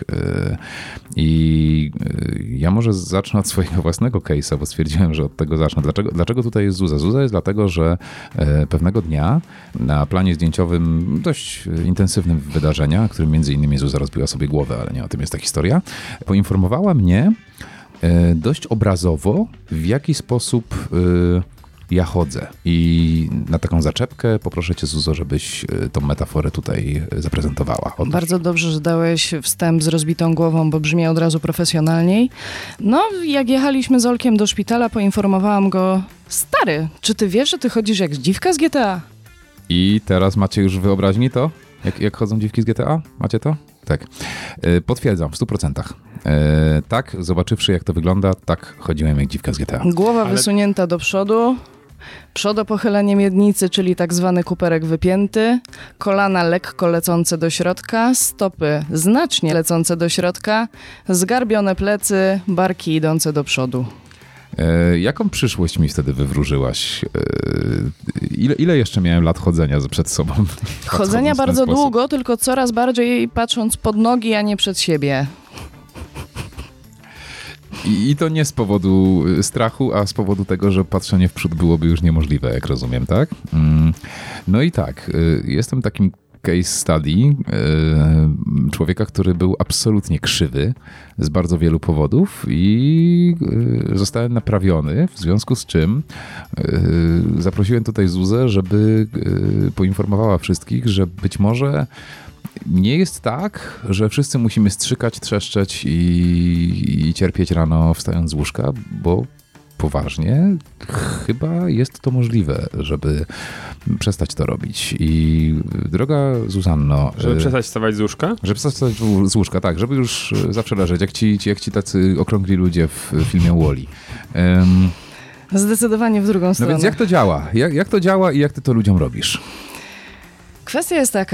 I ja może zacznę od swojego własnego case'a, bo stwierdziłem, że od tego zacznę. Dlaczego tutaj jest Zuza? Zuza jest dlatego, że pewnego dnia na planie zdjęciowym dość intensywnym wydarzenia, którym między innymi Zuza rozbiła sobie głowę, ale nie o tym jest ta historia, poinformowała mnie dość obrazowo, w jaki sposób ja chodzę. I na taką zaczepkę poproszę cię, Zuzo, żebyś tą metaforę tutaj zaprezentowała. Bardzo dobrze, że dałeś wstęp z rozbitą głową, bo brzmi od razu profesjonalniej. No, jak jechaliśmy z Olkiem do szpitala, poinformowałam go: stary, czy ty wiesz, że ty chodzisz jak dziwka z GTA? I teraz macie już w wyobraźni to? Jak chodzą dziwki z GTA? Macie to? Tak. Potwierdzam, w 100%. Tak, zobaczywszy jak to wygląda, tak chodziłem jak dziwka z GTA. Głowa wysunięta do przodu, przodopochylenie miednicy, czyli tak zwany kuperek wypięty, kolana lekko lecące do środka, stopy znacznie lecące do środka, zgarbione plecy, barki idące do przodu. Jaką przyszłość mi wtedy wywróżyłaś? Ile jeszcze miałem lat chodzenia przed sobą? Chodzenia bardzo długo, tylko coraz bardziej patrząc pod nogi, a nie przed siebie. I to nie z powodu strachu, a z powodu tego, że patrzenie w przód byłoby już niemożliwe, jak rozumiem, tak? No i tak, jestem takim case study człowieka, który był absolutnie krzywy z bardzo wielu powodów i zostałem naprawiony, w związku z czym zaprosiłem tutaj Zuzę, żeby poinformowała wszystkich, że być może nie jest tak, że wszyscy musimy strzykać, trzeszczeć i cierpieć rano wstając z łóżka, bo poważnie chyba jest to możliwe, żeby przestać to robić. I droga Zuzanno... Żeby przestać wstawać z łóżka? Żeby przestać wstawać z łóżka, tak, żeby już zawsze leżeć, jak ci tacy okrągli ludzie w filmie Wall-E. Zdecydowanie w drugą stronę. No więc jak to działa? Jak to działa i jak ty to ludziom robisz? Kwestia jest taka...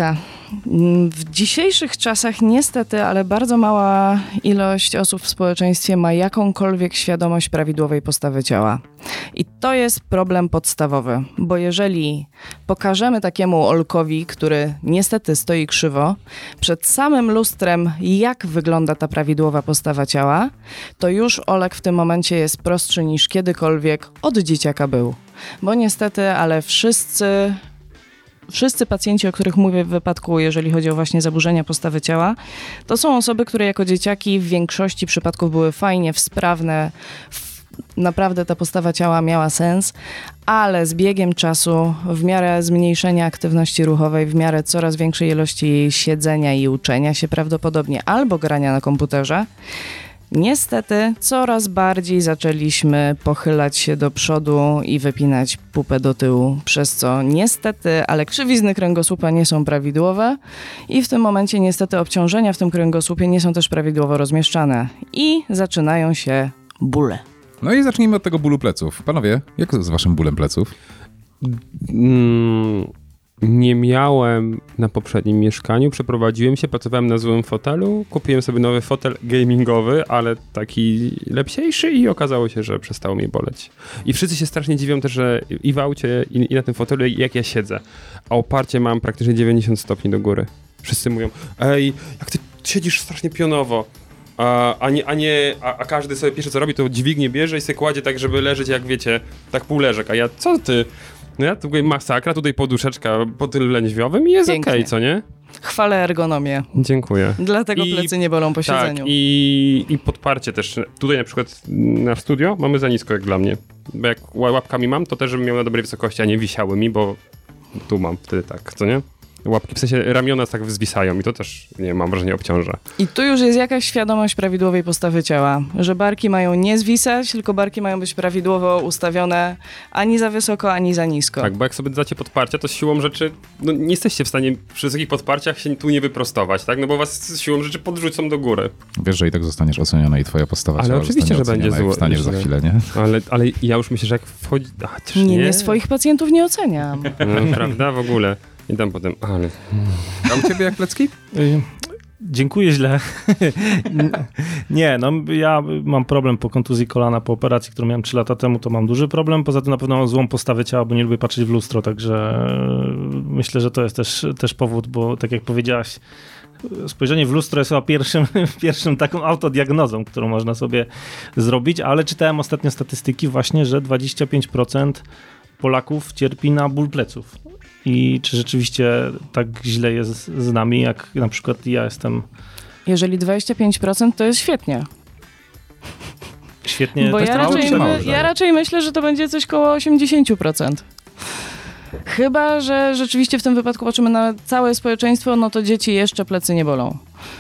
W dzisiejszych czasach niestety, ale bardzo mała ilość osób w społeczeństwie ma jakąkolwiek świadomość prawidłowej postawy ciała. I to jest problem podstawowy, bo jeżeli pokażemy takiemu Olkowi, który niestety stoi krzywo, przed samym lustrem, jak wygląda ta prawidłowa postawa ciała, to już Olek w tym momencie jest prostszy niż kiedykolwiek od dzieciaka był. Bo niestety, ale wszyscy pacjenci, o których mówię w wypadku, jeżeli chodzi o właśnie zaburzenia postawy ciała, to są osoby, które jako dzieciaki w większości przypadków były fajnie, sprawne, naprawdę ta postawa ciała miała sens, ale z biegiem czasu, w miarę zmniejszenia aktywności ruchowej, w miarę coraz większej ilości siedzenia i uczenia się prawdopodobnie albo grania na komputerze, niestety coraz bardziej zaczęliśmy pochylać się do przodu i wypinać pupę do tyłu, przez co niestety, ale krzywizny kręgosłupa nie są prawidłowe i w tym momencie niestety obciążenia w tym kręgosłupie nie są też prawidłowo rozmieszczane i zaczynają się bóle. No i zacznijmy od tego bólu pleców. Panowie, jak z waszym bólem pleców? Nie miałem na poprzednim mieszkaniu, przeprowadziłem się, pracowałem na złym fotelu, kupiłem sobie nowy fotel gamingowy, ale taki lepsiejszy i okazało się, że przestało mnie boleć. I wszyscy się strasznie dziwią też, że i w aucie, i na tym fotelu, jak ja siedzę, a oparcie mam praktycznie 90 stopni do góry. Wszyscy mówią, ej, jak ty siedzisz strasznie pionowo. A każdy sobie pierwsze co robi, to dźwignię bierze i sobie kładzie tak, żeby leżeć jak wiecie, tak półleżek, a ja, co ty? No ja tutaj masakra, tutaj poduszeczka po tylu lędźwiowym i jest okej, co nie? Chwalę ergonomię. Dziękuję. Dlatego plecy nie bolą po siedzeniu. Tak, i podparcie też. Tutaj na przykład na studio mamy za nisko jak dla mnie. Bo jak łapkami mam, to też żebym miał na dobrej wysokości, a nie wisiały mi, bo tu mam wtedy tak, co nie? Łapki, w sensie ramiona tak zwisają i to też, nie wiem, mam wrażenie, obciąża. I tu już jest jakaś świadomość prawidłowej postawy ciała, że barki mają nie zwisać, tylko barki mają być prawidłowo ustawione ani za wysoko, ani za nisko. Tak, bo jak sobie dacie podparcia, to z siłą rzeczy, no nie jesteście w stanie przy wysokich podparciach się tu nie wyprostować, tak? No bo was z siłą rzeczy podrzucą do góry. Wiesz, że i tak zostaniesz oceniona i twoja postawa ale ciała oczywiście, że będzie zło. Wstaniesz za chwilę, nie? Ale ja już myślę, że jak wchodzi... Nie, swoich pacjentów nie oceniam. No, prawda? W ogóle. I tam potem, ale... A u ciebie jak plecki? Dziękuję źle. Nie, no ja mam problem po kontuzji kolana, po operacji, którą miałem 3 lata temu, to mam duży problem. Poza tym na pewno mam złą postawę ciała, bo nie lubię patrzeć w lustro, także myślę, że to jest też powód, bo tak jak powiedziałaś, spojrzenie w lustro jest chyba pierwszym taką autodiagnozą, którą można sobie zrobić, ale czytałem ostatnio statystyki właśnie, że 25% Polaków cierpi na ból pleców. I czy rzeczywiście tak źle jest z nami, jak na przykład ja jestem... Jeżeli 25%, to jest świetnie. Świetnie. Bo ja raczej myślę, że to będzie coś koło 80%. Chyba że rzeczywiście w tym wypadku patrzymy na całe społeczeństwo, no to dzieci jeszcze plecy nie bolą.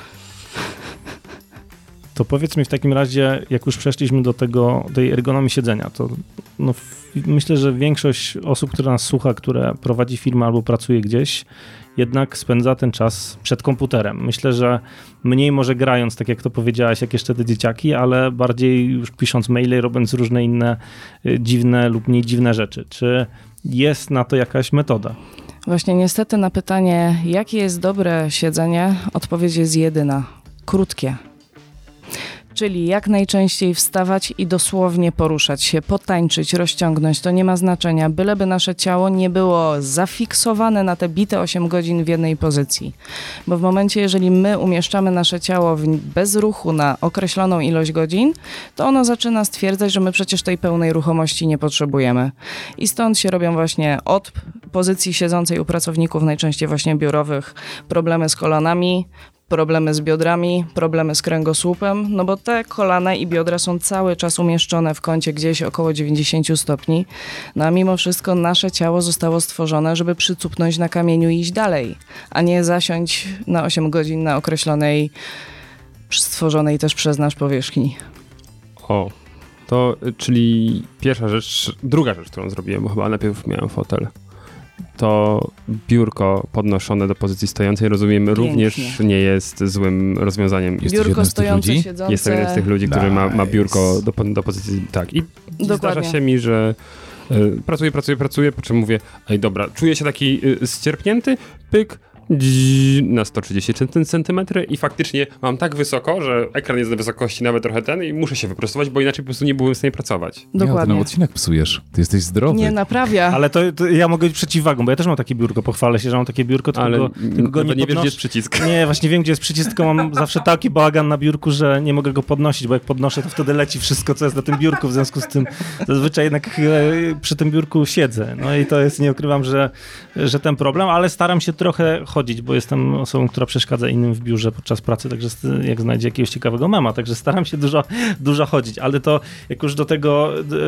To powiedz mi w takim razie, jak już przeszliśmy do tej ergonomii siedzenia, to no, myślę, że większość osób, która nas słucha, które prowadzi firmę albo pracuje gdzieś, jednak spędza ten czas przed komputerem. Myślę, że mniej może grając, tak jak to powiedziałaś, jak jeszcze te dzieciaki, ale bardziej już pisząc maile, robiąc różne inne dziwne lub mniej dziwne rzeczy. Czy jest na to jakaś metoda? Właśnie niestety na pytanie, jakie jest dobre siedzenie, odpowiedź jest jedyna. Krótkie. Czyli jak najczęściej wstawać i dosłownie poruszać się, potańczyć, rozciągnąć, to nie ma znaczenia, byleby nasze ciało nie było zafiksowane na te bite 8 godzin w jednej pozycji. Bo w momencie, jeżeli my umieszczamy nasze ciało bez ruchu na określoną ilość godzin, to ono zaczyna stwierdzać, że my przecież tej pełnej ruchomości nie potrzebujemy. I stąd się robią właśnie od pozycji siedzącej u pracowników, najczęściej właśnie biurowych, problemy z kolanami, problemy z biodrami, problemy z kręgosłupem, no bo te kolana i biodra są cały czas umieszczone w kącie gdzieś około 90 stopni, no a mimo wszystko nasze ciało zostało stworzone, żeby przycupnąć na kamieniu i iść dalej, a nie zasiąść na 8 godzin na określonej, stworzonej też przez nas powierzchni. O, to czyli pierwsza rzecz, druga rzecz, którą zrobiłem, bo chyba najpierw miałem fotel. To biurko podnoszone do pozycji stojącej, rozumiem, pięknie. Również nie jest złym rozwiązaniem. Biurko stojące, siedzące. Jestem jeden z tych ludzi, który ma biurko do pozycji, tak. I zdarza się mi, że pracuję, po czym mówię, ej dobra, czuję się taki ścierpnięty, pyk, na 130 cm i faktycznie mam tak wysoko, że ekran jest na wysokości nawet trochę i muszę się wyprostować, bo inaczej po prostu nie byłem w stanie pracować. Dokładnie. Ten odcinek psujesz. Ty jesteś zdrowy. Nie naprawia. Ale to ja mogę być przeciwwagą, bo ja też mam takie biurko, pochwalę się, że mam takie biurko, tylko Ale go nie wiesz, podnoszę. gdzie jest przycisk. Nie, właśnie wiem, gdzie jest przycisk, tylko mam zawsze taki bałagan na biurku, że nie mogę go podnosić, bo jak podnoszę, to wtedy leci wszystko, co jest na tym biurku, w związku z tym zazwyczaj jednak przy tym biurku siedzę. No i to jest, nie ukrywam, że ten problem, ale staram się trochę chodzić, bo jestem osobą, która przeszkadza innym w biurze podczas pracy, także jak znajdzie jakiegoś ciekawego mema, także staram się dużo chodzić, ale to jak już do tego,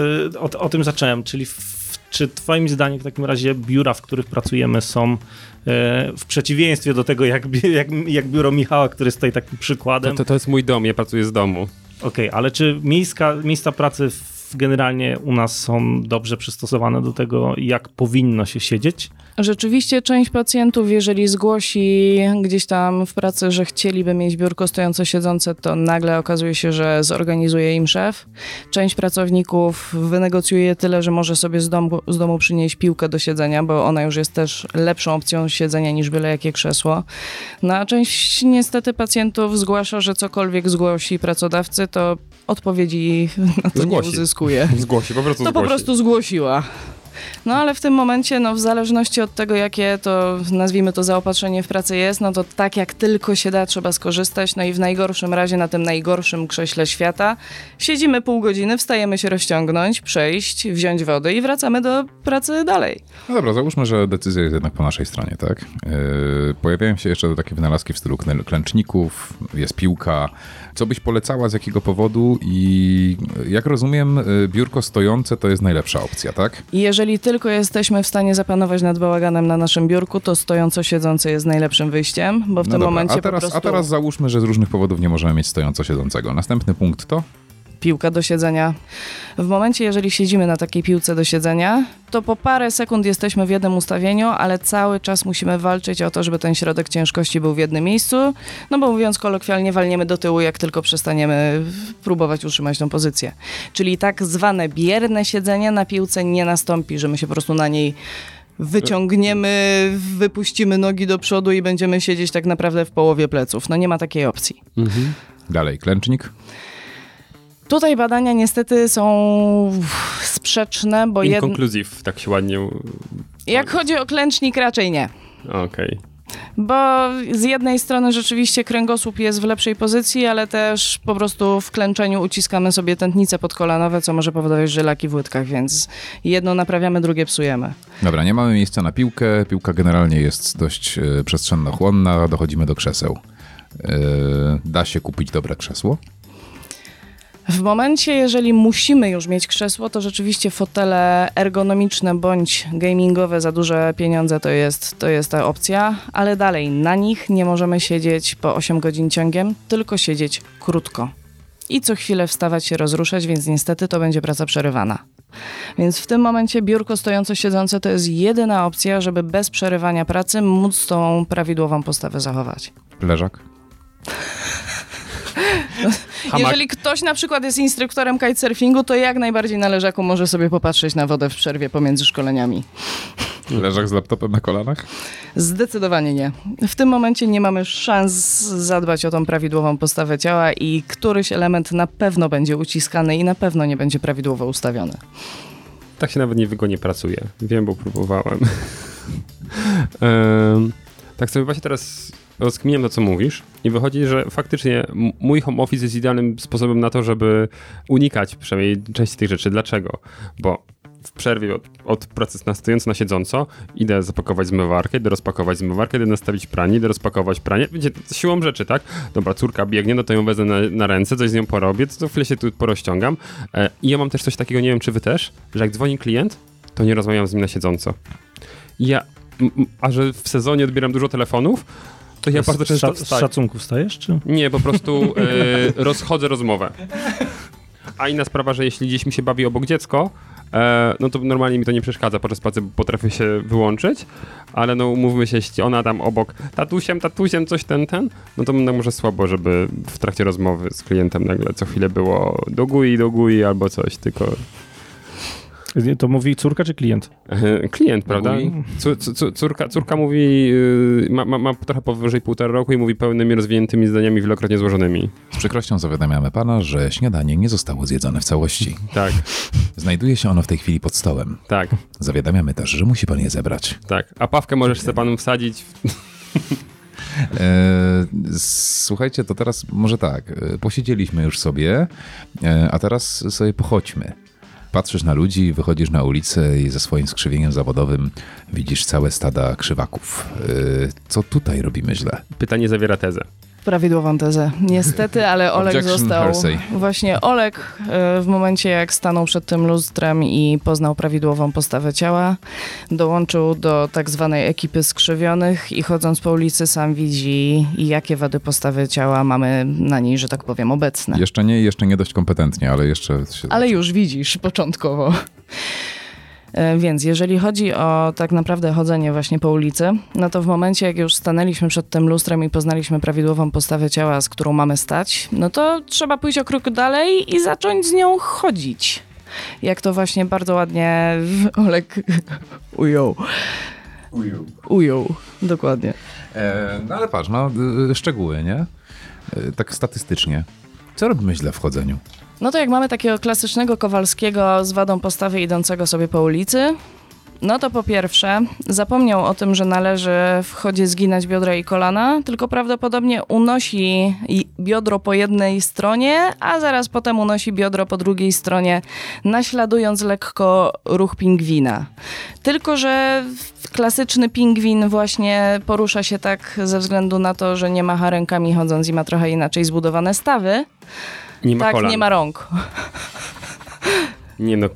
o tym zacząłem, czyli czy twoim zdaniem w takim razie biura, w których pracujemy są w przeciwieństwie do tego, jak biuro Michała, który jest tutaj takim przykładem. To jest mój dom, ja pracuję z domu. Okej, ale czy miejsca pracy generalnie u nas są dobrze przystosowane do tego, jak powinno się siedzieć? Rzeczywiście część pacjentów, jeżeli zgłosi gdzieś tam w pracy, że chcieliby mieć biurko stojąco siedzące, to nagle okazuje się, że zorganizuje im szef. Część pracowników wynegocjuje tyle, że może sobie z domu przynieść piłkę do siedzenia, bo ona już jest też lepszą opcją siedzenia niż byle jakie krzesło. No a część niestety pacjentów zgłasza, że cokolwiek zgłosi pracodawcy, to odpowiedzi na to nie uzyskuje. Zgłosi, po prostu to zgłosi. Po prostu zgłosiła. No ale w tym momencie, w zależności od tego, jakie to, nazwijmy to, zaopatrzenie w pracy jest, no to tak jak tylko się da, trzeba skorzystać. No i w najgorszym razie na tym najgorszym krześle świata siedzimy pół godziny, wstajemy się rozciągnąć, przejść, wziąć wody i wracamy do pracy dalej. No dobra, załóżmy, że decyzja jest jednak po naszej stronie, tak? Pojawiają się jeszcze takie wynalazki w stylu klęczników, jest piłka. Co byś polecała, z jakiego powodu i jak rozumiem, biurko stojące to jest najlepsza opcja, tak? Jeżeli tylko jesteśmy w stanie zapanować nad bałaganem na naszym biurku, to stojąco siedzące jest najlepszym wyjściem, bo w tym momencie po prostu... A teraz załóżmy, że z różnych powodów nie możemy mieć stojąco siedzącego. Następny punkt to? Piłka do siedzenia. W momencie, jeżeli siedzimy na takiej piłce do siedzenia, to po parę sekund jesteśmy w jednym ustawieniu, ale cały czas musimy walczyć o to, żeby ten środek ciężkości był w jednym miejscu, no bo mówiąc kolokwialnie, walniemy do tyłu, jak tylko przestaniemy próbować utrzymać tą pozycję. Czyli tak zwane bierne siedzenie na piłce nie nastąpi, że my się po prostu na niej wyciągniemy, wypuścimy nogi do przodu i będziemy siedzieć tak naprawdę w połowie pleców. No nie ma takiej opcji. Mhm. Dalej, klęcznik? Tutaj badania niestety są sprzeczne, bo Inconclusive, tak się ładnie... Jak chodzi o klęcznik, raczej nie. Okej. Bo z jednej strony rzeczywiście kręgosłup jest w lepszej pozycji, ale też po prostu w klęczeniu uciskamy sobie tętnice podkolanowe, co może powodować żylaki w łydkach, więc jedno naprawiamy, drugie psujemy. Dobra, nie mamy miejsca na piłkę. Piłka generalnie jest dość przestrzennochłonna. Dochodzimy do krzeseł. Da się kupić dobre krzesło? W momencie, jeżeli musimy już mieć krzesło, to rzeczywiście fotele ergonomiczne bądź gamingowe za duże pieniądze to jest ta opcja, ale dalej na nich nie możemy siedzieć po 8 godzin ciągiem, tylko siedzieć krótko. I co chwilę wstawać się rozruszać, więc niestety to będzie praca przerywana. Więc w tym momencie biurko stojąco siedzące to jest jedyna opcja, żeby bez przerywania pracy móc tą prawidłową postawę zachować. Leżak? Jeżeli ktoś na przykład jest instruktorem kitesurfingu, to jak najbardziej na leżaku może sobie popatrzeć na wodę w przerwie pomiędzy szkoleniami. Leżak z laptopem na kolanach? Zdecydowanie nie. W tym momencie nie mamy szans zadbać o tą prawidłową postawę ciała i któryś element na pewno będzie uciskany i na pewno nie będzie prawidłowo ustawiony. Tak się nawet niewygodnie pracuje. Wiem, bo próbowałem. Tak sobie właśnie teraz rozkminiam to, co mówisz i wychodzi, że faktycznie mój home office jest idealnym sposobem na to, żeby unikać przynajmniej części tych rzeczy. Dlaczego? Bo w przerwie od pracy na stojąco na siedząco idę zapakować zmywarkę, idę rozpakować zmywarkę, idę nastawić pranie, idę rozpakować pranie. Wiecie, siłą rzeczy, tak? Dobra, córka biegnie, no to ją wezmę na ręce, coś z nią porobię, to chwilę się tu porozciągam. I ja mam też coś takiego, nie wiem czy wy też, że jak dzwoni klient, to nie rozmawiam z nim na siedząco. A że w sezonie odbieram dużo telefonów, to ja bardzo często z szacunku wstajesz, czy? Nie, po prostu rozchodzę rozmowę. A inna sprawa, że jeśli gdzieś mi się bawi obok dziecko, no to normalnie mi to nie przeszkadza podczas pracy, bo potrafię się wyłączyć, ale no umówmy się, jeśli ona tam obok tatusiem, coś ten, no to może słabo, żeby w trakcie rozmowy z klientem nagle co chwilę było do GUI albo coś, tylko... To mówi córka czy klient? Klient, prawda? Mówi. Córka mówi, ma trochę powyżej 1,5 roku i mówi pełnymi, rozwiniętymi zdaniami wielokrotnie złożonymi. Z przykrością zawiadamiamy pana, że śniadanie nie zostało zjedzone w całości. Tak, Znajduje się ono w tej chwili pod stołem. tak, Zawiadamiamy też, że musi pan je zebrać. tak. A Pawkę możesz sobie panu wsadzić. Słuchajcie, to teraz może tak, posiedzieliśmy już sobie, a teraz sobie pochodźmy. Patrzysz na ludzi, wychodzisz na ulicę i ze swoim skrzywieniem zawodowym widzisz całe stada krzywaków. Co tutaj robimy źle? Pytanie zawiera tezę. Prawidłową tezę. Niestety, ale Olek Objection został... hearsay. Właśnie Olek w momencie, jak stanął przed tym lustrem i poznał prawidłową postawę ciała, dołączył do tak zwanej ekipy skrzywionych i chodząc po ulicy sam widzi, jakie wady postawy ciała mamy na niej, że tak powiem, obecne. Jeszcze nie dość kompetentnie, ale jeszcze się... Ale już widzisz początkowo. Więc jeżeli chodzi o tak naprawdę chodzenie właśnie po ulicy, no to w momencie, jak już stanęliśmy przed tym lustrem i poznaliśmy prawidłową postawę ciała, z którą mamy stać, no to trzeba pójść o krok dalej i zacząć z nią chodzić. Jak to właśnie bardzo ładnie Olek ujął. Dokładnie. No ale patrz, szczegóły, nie? Tak statystycznie. Co robimy źle w chodzeniu? No to jak mamy takiego klasycznego Kowalskiego z wadą postawy idącego sobie po ulicy, no to po pierwsze zapomniał o tym, że należy w chodzie zginać biodra i kolana, tylko prawdopodobnie unosi biodro po jednej stronie, a zaraz potem unosi biodro po drugiej stronie, naśladując lekko ruch pingwina. Tylko że klasyczny pingwin właśnie porusza się tak ze względu na to, że nie macha rękami chodząc i ma trochę inaczej zbudowane stawy. Nie ma tak, kolan. nie ma rąk. Nie no,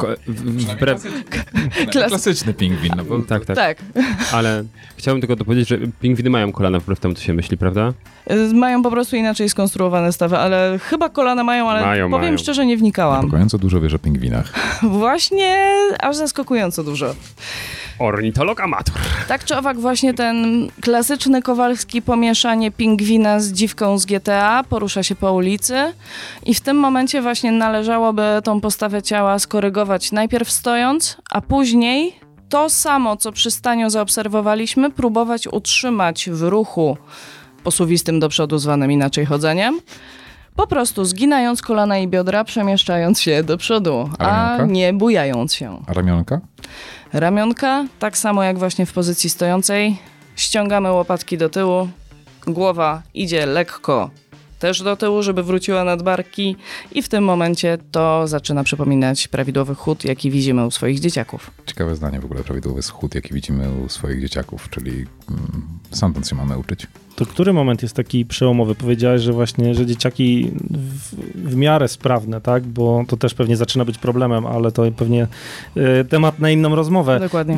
Klasyczny pingwin. No bo... tak. Tak. Ale chciałbym tylko dopowiedzieć, że pingwiny mają kolana, wbrew temu, co się myśli, prawda? Mają po prostu inaczej skonstruowane stawy, ale chyba kolana mają, ale powiem mają. szczerze, nie wnikałam. Niepokojąco dużo wiesz o pingwinach. Właśnie aż zaskakująco dużo. Ornitolog amator. Tak czy owak właśnie ten klasyczny Kowalski pomieszanie pingwina z dziwką z GTA porusza się po ulicy i w tym momencie właśnie należałoby tą postawę ciała skorygować najpierw stojąc, a później to samo, co przy staniu zaobserwowaliśmy, próbować utrzymać w ruchu posuwistym do przodu, zwanym inaczej chodzeniem, po prostu zginając kolana i biodra, przemieszczając się do przodu, a nie bujając się. A ramionka? Ramionka, tak samo jak właśnie w pozycji stojącej, ściągamy łopatki do tyłu, głowa idzie lekko też do tyłu, żeby wróciła nad barki i w tym momencie to zaczyna przypominać prawidłowy chód, jaki widzimy u swoich dzieciaków. Ciekawe zdanie w ogóle, prawidłowy schód, jaki widzimy u swoich dzieciaków, czyli stamtąd się mamy uczyć. To który moment jest taki przełomowy? Powiedziałeś, że właśnie, że dzieciaki w miarę sprawne, tak? Bo to też pewnie zaczyna być problemem, ale to pewnie temat na inną rozmowę. Dokładnie.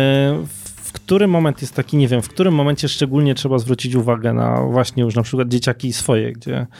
W którym moment jest taki, nie wiem, w którym momencie szczególnie trzeba zwrócić uwagę na właśnie już na przykład dzieciaki swoje,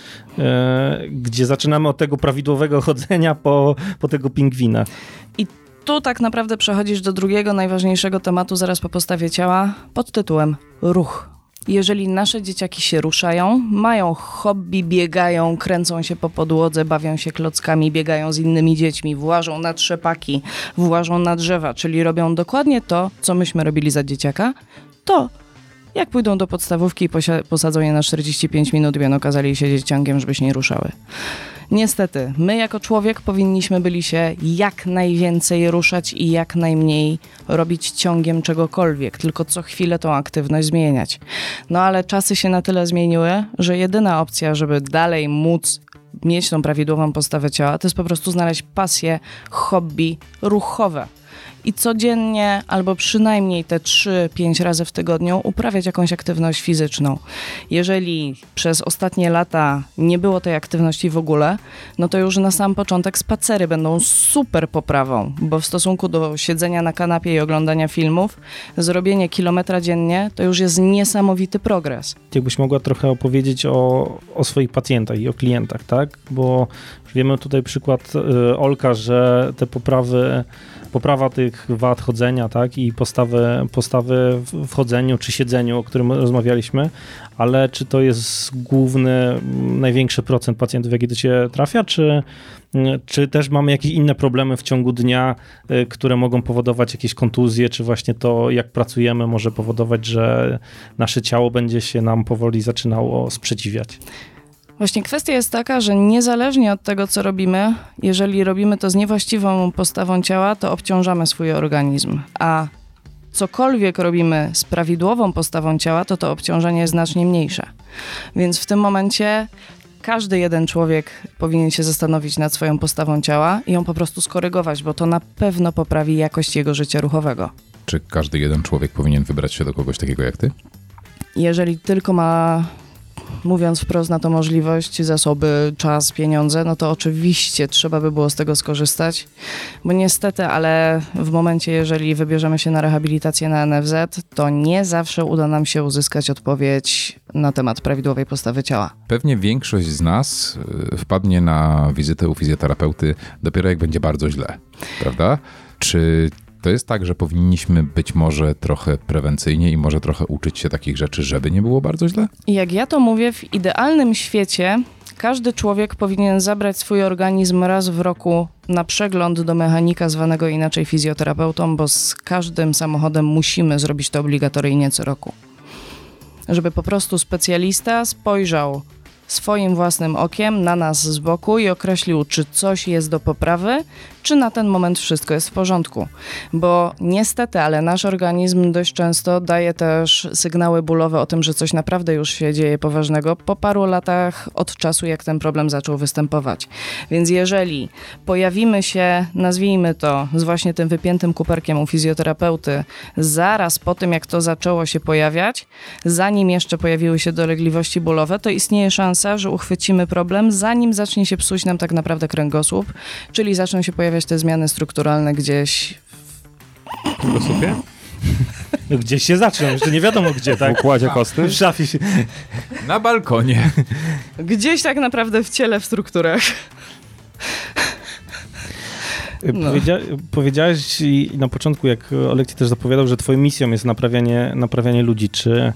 gdzie zaczynamy od tego prawidłowego chodzenia po tego pingwina. I tu tak naprawdę przechodzisz do drugiego, najważniejszego tematu zaraz po postawie ciała pod tytułem ruch. Jeżeli nasze dzieciaki się ruszają, mają hobby, biegają, kręcą się po podłodze, bawią się klockami, biegają z innymi dziećmi, włażą na trzepaki, włażą na drzewa, czyli robią dokładnie to, co myśmy robili za dzieciaka, to jak pójdą do podstawówki i posadzą je na 45 minut i będą kazali siedzieć ciągiem, żeby się nie ruszały. Niestety, my jako człowiek powinniśmy byli się jak najwięcej ruszać i jak najmniej robić ciągiem czegokolwiek, tylko co chwilę tą aktywność zmieniać. No ale czasy się na tyle zmieniły, że jedyna opcja, żeby dalej móc mieć tą prawidłową postawę ciała, to jest po prostu znaleźć pasję, hobby ruchowe. I codziennie, albo przynajmniej te 3-5 razy w tygodniu uprawiać jakąś aktywność fizyczną. Jeżeli przez ostatnie lata nie było tej aktywności w ogóle, no to już na sam początek spacery będą super poprawą, bo w stosunku do siedzenia na kanapie i oglądania filmów, zrobienie kilometra dziennie to już jest niesamowity progres. Jakbyś mogła trochę opowiedzieć o swoich pacjentach i o klientach, tak? Bo wiemy tutaj przykład Olka, że te poprawy poprawa tych wad chodzenia, tak, i postawy w chodzeniu czy siedzeniu, o którym rozmawialiśmy, ale czy to jest główny, największy procent pacjentów, jaki do ciebie trafia, czy też mamy jakieś inne problemy w ciągu dnia, które mogą powodować jakieś kontuzje, czy właśnie to, jak pracujemy, może powodować, że nasze ciało będzie się nam powoli zaczynało sprzeciwiać? Właśnie kwestia jest taka, że niezależnie od tego, co robimy, jeżeli robimy to z niewłaściwą postawą ciała, to obciążamy swój organizm, a cokolwiek robimy z prawidłową postawą ciała, to obciążenie jest znacznie mniejsze. Więc w tym momencie każdy jeden człowiek powinien się zastanowić nad swoją postawą ciała i ją po prostu skorygować, bo to na pewno poprawi jakość jego życia ruchowego. Czy każdy jeden człowiek powinien wybrać się do kogoś takiego jak ty? Jeżeli tylko ma, mówiąc wprost, na to możliwość, zasoby, czas, pieniądze, no to oczywiście trzeba by było z tego skorzystać, bo niestety, ale w momencie, jeżeli wybierzemy się na rehabilitację na NFZ, to nie zawsze uda nam się uzyskać odpowiedź na temat prawidłowej postawy ciała. Pewnie większość z nas wpadnie na wizytę u fizjoterapeuty dopiero jak będzie bardzo źle, prawda? Czy to jest tak, że powinniśmy być może trochę prewencyjnie i może trochę uczyć się takich rzeczy, żeby nie było bardzo źle? I jak ja to mówię, w idealnym świecie każdy człowiek powinien zabrać swój organizm raz w roku na przegląd do mechanika zwanego inaczej fizjoterapeutą, bo z każdym samochodem musimy zrobić to obligatoryjnie co roku. Żeby po prostu specjalista spojrzał swoim własnym okiem na nas z boku i określił, czy coś jest do poprawy, czy na ten moment wszystko jest w porządku. Bo niestety, ale nasz organizm dość często daje też sygnały bólowe o tym, że coś naprawdę już się dzieje poważnego po paru latach od czasu, jak ten problem zaczął występować. Więc jeżeli pojawimy się, nazwijmy to, z właśnie tym wypiętym kuperkiem u fizjoterapeuty zaraz po tym, jak to zaczęło się pojawiać, zanim jeszcze pojawiły się dolegliwości bólowe, to istnieje szansa, że uchwycimy problem, zanim zacznie się psuć nam tak naprawdę kręgosłup, czyli zaczną się pojawiać te zmiany strukturalne gdzieś W kręgosłupie? Gdzieś się zaczną, jeszcze nie wiadomo gdzie, tak? W układzie kostnym? W szafie się... Na balkonie. Gdzieś tak naprawdę w ciele, w strukturach. No. Powiedziałeś na początku, jak Olek ci też zapowiadał, że twoją misją jest naprawianie ludzi. Czy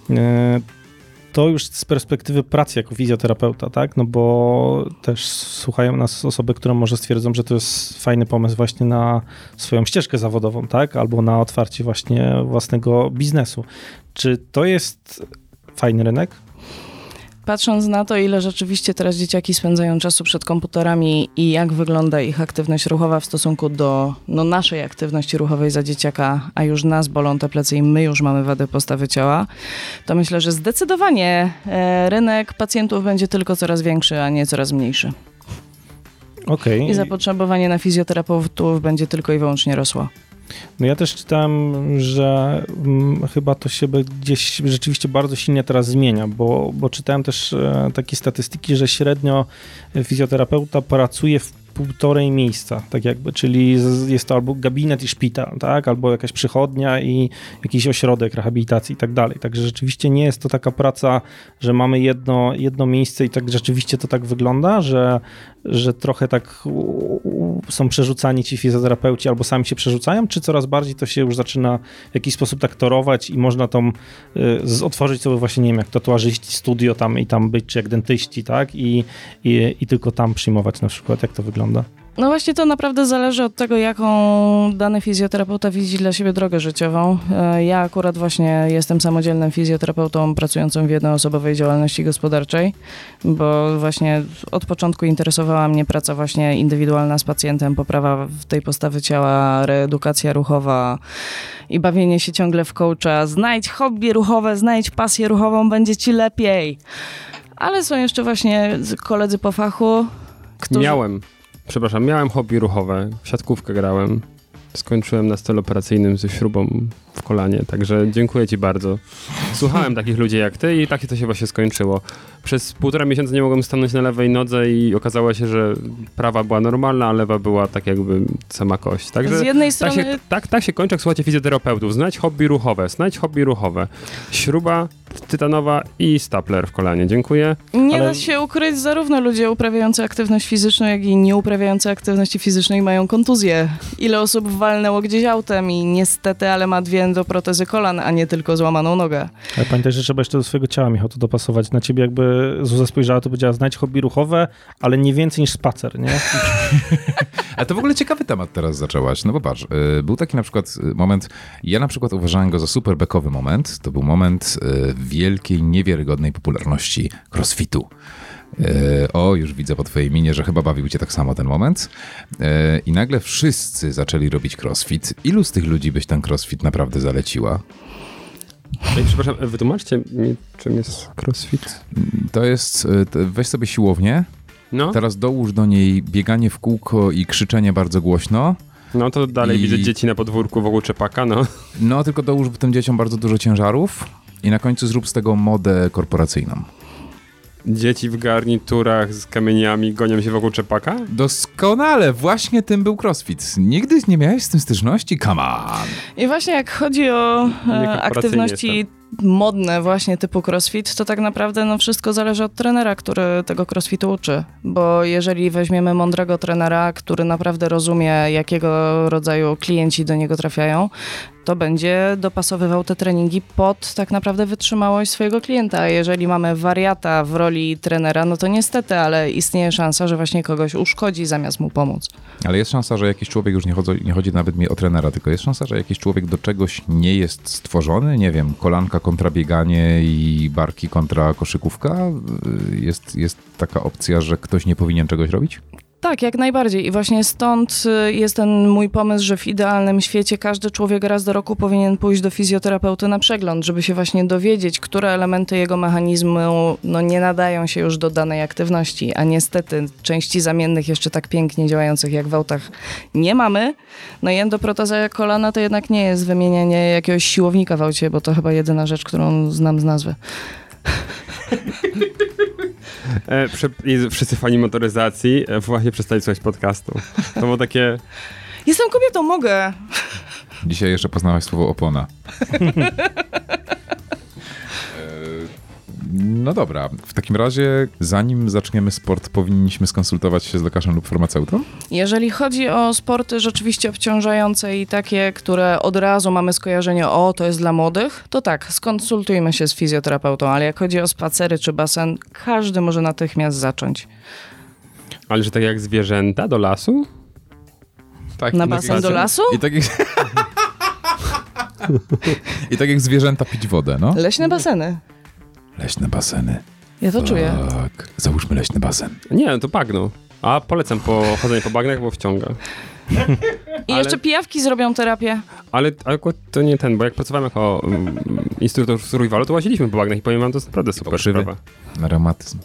to już z perspektywy pracy jako fizjoterapeuta, tak? No bo też słuchają nas osoby, które może stwierdzą, że to jest fajny pomysł właśnie na swoją ścieżkę zawodową, tak? Albo na otwarcie właśnie własnego biznesu. Czy to jest fajny rynek? Patrząc na to, ile rzeczywiście teraz dzieciaki spędzają czasu przed komputerami i jak wygląda ich aktywność ruchowa w stosunku do naszej aktywności ruchowej za dzieciaka, a już nas bolą te plecy i my już mamy wady postawy ciała, to myślę, że zdecydowanie rynek pacjentów będzie tylko coraz większy, a nie coraz mniejszy. Okay. I zapotrzebowanie na fizjoterapeutów będzie tylko i wyłącznie rosło. No ja też czytałem, że chyba to się gdzieś rzeczywiście bardzo silnie teraz zmienia, bo czytałem też takie statystyki, że średnio fizjoterapeuta pracuje w 1,5 miejsca, tak jakby, czyli jest to albo gabinet i szpital, tak, albo jakaś przychodnia i jakiś ośrodek rehabilitacji i tak dalej. Także rzeczywiście nie jest to taka praca, że mamy jedno miejsce i tak rzeczywiście to tak wygląda, że trochę tak są przerzucani ci fizjoterapeuci albo sami się przerzucają, czy coraz bardziej to się już zaczyna w jakiś sposób tak torować i można tam otworzyć sobie właśnie, nie wiem, jak tatuażyści, studio tam i tam być, czy jak dentyści, tak, i tylko tam przyjmować na przykład, jak to wygląda? No właśnie to naprawdę zależy od tego, jaką dany fizjoterapeuta widzi dla siebie drogę życiową. Ja akurat właśnie jestem samodzielnym fizjoterapeutą pracującym w jednoosobowej działalności gospodarczej, bo właśnie od początku interesowała mnie praca właśnie indywidualna z pacjentem, poprawa tej postawy ciała, reedukacja ruchowa i bawienie się ciągle w coacha. Znajdź hobby ruchowe, znajdź pasję ruchową, będzie ci lepiej. Ale są jeszcze właśnie koledzy po fachu, którzy... Miałem hobby ruchowe, w siatkówkę grałem, skończyłem na stole operacyjnym ze śrubą w kolanie, także dziękuję ci bardzo. Słuchałem takich ludzi jak ty i takie to się właśnie skończyło. Przez 1,5 miesiąca nie mogłem stanąć na lewej nodze i okazało się, że prawa była normalna, a lewa była tak jakby sama kość. Także Z jednej strony... tak się kończy, jak słuchacie fizjoterapeutów. Znajdź hobby ruchowe. Śruba tytanowa i stapler w kolanie. Dziękuję. Nie da się ukryć, zarówno ludzie uprawiający aktywność fizyczną, jak i nieuprawiający aktywności fizycznej mają kontuzję. Ile osób walnęło gdzieś autem i niestety, ale ma 2 endoprotezy kolan, a nie tylko złamaną nogę. Ale pamiętaj, że trzeba jeszcze do swojego ciała, Michał, to dopasować. Na ciebie jakby Zuza spojrzała, to powiedziała, znajdź hobby ruchowe, ale nie więcej niż spacer, nie? Ale to w ogóle ciekawy temat teraz zaczęłaś. No bo patrz, był taki na przykład moment, ja na przykład uważałem go za super bekowy moment. To był moment wielkiej, niewiarygodnej popularności crossfitu. Już widzę po twojej minie, że chyba bawił cię tak samo ten moment. I nagle wszyscy zaczęli robić crossfit. Ilu z tych ludzi byś ten crossfit naprawdę zaleciła? Przepraszam, wytłumaczcie mi, czym jest crossfit? To jest, weź sobie siłownię, No, teraz dołóż do niej bieganie w kółko i krzyczenie bardzo głośno. no to dalej widzę dzieci na podwórku wokół czepaka, no. No, tylko dołóż tym dzieciom bardzo dużo ciężarów i na końcu zrób z tego modę korporacyjną. Dzieci w garniturach z kamieniami gonią się wokół czepaka? Doskonale, właśnie tym był crossfit. Nigdy nie miałeś z tym styczności? Come on! I właśnie jak chodzi o aktywności modne właśnie typu crossfit, to tak naprawdę wszystko zależy od trenera, który tego crossfitu uczy. Bo jeżeli weźmiemy mądrego trenera, który naprawdę rozumie, jakiego rodzaju klienci do niego trafiają, to będzie dopasowywał te treningi pod tak naprawdę wytrzymałość swojego klienta. A jeżeli mamy wariata w roli trenera, no to niestety, ale istnieje szansa, że właśnie kogoś uszkodzi zamiast mu pomóc. Ale jest szansa, że jakiś człowiek, już nie chodzi nawet mi o trenera, tylko jest szansa, że jakiś człowiek do czegoś nie jest stworzony, nie wiem, kolanka kontra bieganie i barki kontra koszykówka. Jest taka opcja, że ktoś nie powinien czegoś robić? Tak, jak najbardziej. I właśnie stąd jest ten mój pomysł, że w idealnym świecie każdy człowiek raz do roku powinien pójść do fizjoterapeuty na przegląd, żeby się właśnie dowiedzieć, które elementy jego mechanizmu nie nadają się już do danej aktywności. A niestety części zamiennych jeszcze tak pięknie działających jak w autach nie mamy. No i endoproteza kolana to jednak nie jest wymienianie jakiegoś siłownika w aucie, bo to chyba jedyna rzecz, którą znam z nazwy. Wszyscy fani motoryzacji właśnie przestali słuchać podcastu. To było takie... Jestem kobietą, mogę. Dzisiaj jeszcze poznałaś słowo opona. No dobra, w takim razie zanim zaczniemy sport, powinniśmy skonsultować się z lekarzem lub farmaceutą? Jeżeli chodzi o sporty rzeczywiście obciążające i takie, które od razu mamy skojarzenie, o, to jest dla młodych, to tak, skonsultujmy się z fizjoterapeutą, ale jak chodzi o spacery czy basen, każdy może natychmiast zacząć. Ale że tak jak zwierzęta do lasu? Tak, Na basen do lasu? I tak jak zwierzęta pić wodę, no. Leśne baseny. Leśne baseny. Ja to czuję. Tak, załóżmy leśny basen. Nie, to bagno. A polecam chodzenie po bagnach, bo wciąga. I jeszcze pijawki zrobią terapię. Ale akurat to nie ten, bo jak pracowałem jako instruktor w survivalu, to łaziliśmy po bagnach i powiem wam, to jest naprawdę super sprawa. Na reumatyzm.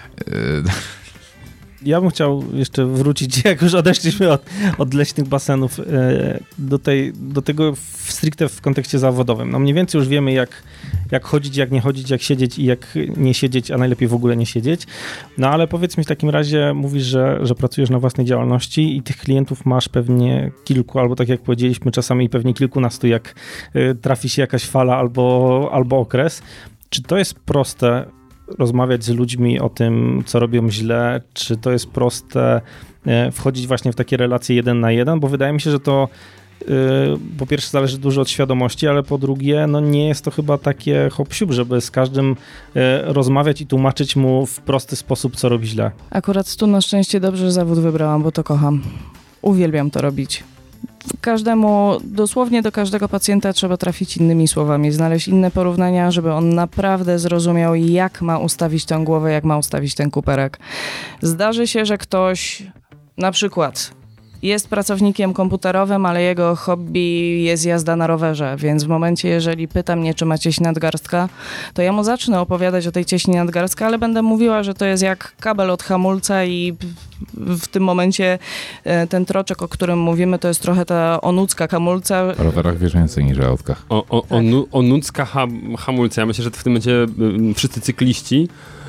Ja bym chciał jeszcze wrócić, jak już odeszliśmy od leśnych basenów, do tego stricte w kontekście zawodowym. No mniej więcej już wiemy, jak chodzić, jak nie chodzić, jak siedzieć i jak nie siedzieć, a najlepiej w ogóle nie siedzieć. No ale powiedz mi w takim razie, mówisz, że pracujesz na własnej działalności i tych klientów masz pewnie kilku, albo tak jak powiedzieliśmy, czasami pewnie kilkunastu, jak trafi się jakaś fala albo okres. Czy to jest proste rozmawiać z ludźmi o tym, co robią źle, czy to jest proste wchodzić właśnie w takie relacje 1 na 1, bo wydaje mi się, że to po pierwsze zależy dużo od świadomości, ale po drugie, no nie jest to chyba takie hop-siup, żeby z każdym rozmawiać i tłumaczyć mu w prosty sposób, co robi źle. Akurat tu na szczęście dobrze zawód wybrałam, bo to kocham. Uwielbiam to robić. Dosłownie do każdego pacjenta trzeba trafić innymi słowami, znaleźć inne porównania, żeby on naprawdę zrozumiał, jak ma ustawić tę głowę, jak ma ustawić ten kuperek. Zdarzy się, że ktoś na przykład jest pracownikiem komputerowym, ale jego hobby jest jazda na rowerze, więc w momencie, jeżeli pyta mnie, czy ma cieśń nadgarstka, to ja mu zacznę opowiadać o tej cieśni nadgarstka, ale będę mówiła, że to jest jak kabel od hamulca i w tym momencie ten troczek, o którym mówimy, to jest trochę ta onucka hamulca. O rowerach wiesz więcej niż o autkach. Onucka hamulca. Ja myślę, że w tym momencie wszyscy cykliści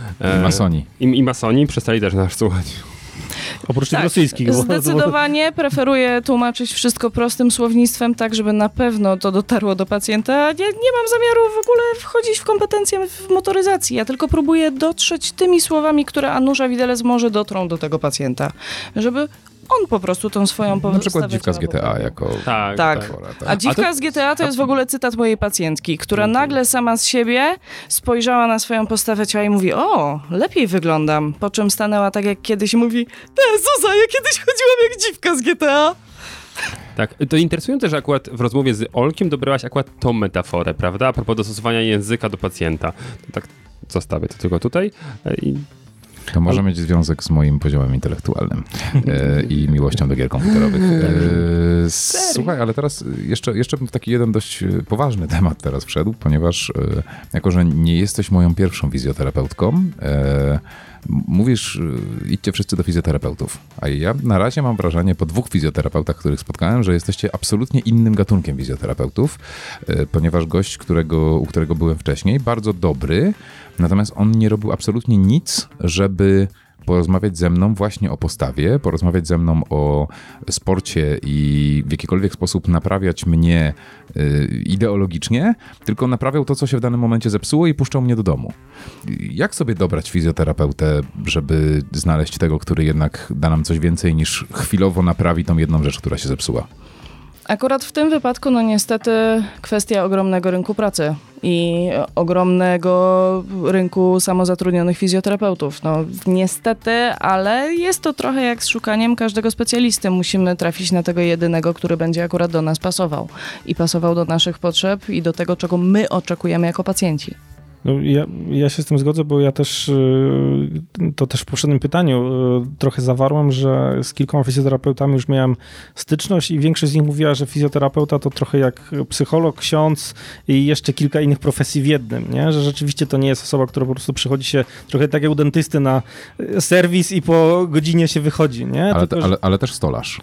i masoni przestali też nas słuchać. Oprócz tych rosyjskich. Zdecydowanie preferuję tłumaczyć wszystko prostym słownictwem, tak żeby na pewno to dotarło do pacjenta. Ja nie mam zamiaru w ogóle wchodzić w kompetencje w motoryzacji. Ja tylko próbuję dotrzeć tymi słowami, które Anusza Widelec może dotrą do tego pacjenta. Żeby on po prostu tą swoją Na przykład dziwka z GTA jako... Tak. A dziwka z GTA to jest w ogóle cytat mojej pacjentki, która nagle sama z siebie spojrzała na swoją postawę ciała i mówi: o, lepiej wyglądam. Po czym stanęła tak jak kiedyś i mówi: Zuza, ja kiedyś chodziłam jak dziwka z GTA. Tak, to interesujące, że akurat w rozmowie z Olkiem dobrałaś akurat tą metaforę, prawda? A propos dostosowania języka do pacjenta. To tak zostawię to tylko tutaj i... To może mieć związek z moim poziomem intelektualnym i miłością do gier komputerowych. Słuchaj, ale teraz jeszcze bym w taki jeden dość poważny temat teraz wszedł, ponieważ jako, że nie jesteś moją pierwszą fizjoterapeutką, mówisz, idźcie wszyscy do fizjoterapeutów. A ja na razie mam wrażenie po 2 fizjoterapeutach, których spotkałem, że jesteście absolutnie innym gatunkiem fizjoterapeutów, ponieważ gość, u którego byłem wcześniej, bardzo dobry, natomiast on nie robił absolutnie nic, żeby porozmawiać ze mną właśnie o postawie, porozmawiać ze mną o sporcie i w jakikolwiek sposób naprawiać mnie ideologicznie, tylko naprawiał to, co się w danym momencie zepsuło i puszczał mnie do domu. Jak sobie dobrać fizjoterapeutę, żeby znaleźć tego, który jednak da nam coś więcej niż chwilowo naprawi tą jedną rzecz, która się zepsuła? Akurat w tym wypadku, no niestety, kwestia ogromnego rynku pracy i ogromnego rynku samozatrudnionych fizjoterapeutów. No niestety, ale jest to trochę jak z szukaniem każdego specjalisty. Musimy trafić na tego jedynego, który będzie akurat do nas pasował i pasował do naszych potrzeb i do tego, czego my oczekujemy jako pacjenci. No, ja się z tym zgodzę, bo ja też, to też w poprzednim pytaniu trochę zawarłem, że z kilkoma fizjoterapeutami już miałem styczność i większość z nich mówiła, że fizjoterapeuta to trochę jak psycholog, ksiądz i jeszcze kilka innych profesji w jednym, nie? Że rzeczywiście to nie jest osoba, która po prostu przychodzi się trochę tak jak u dentysty na serwis i po godzinie się wychodzi, nie? Ale też stolarz.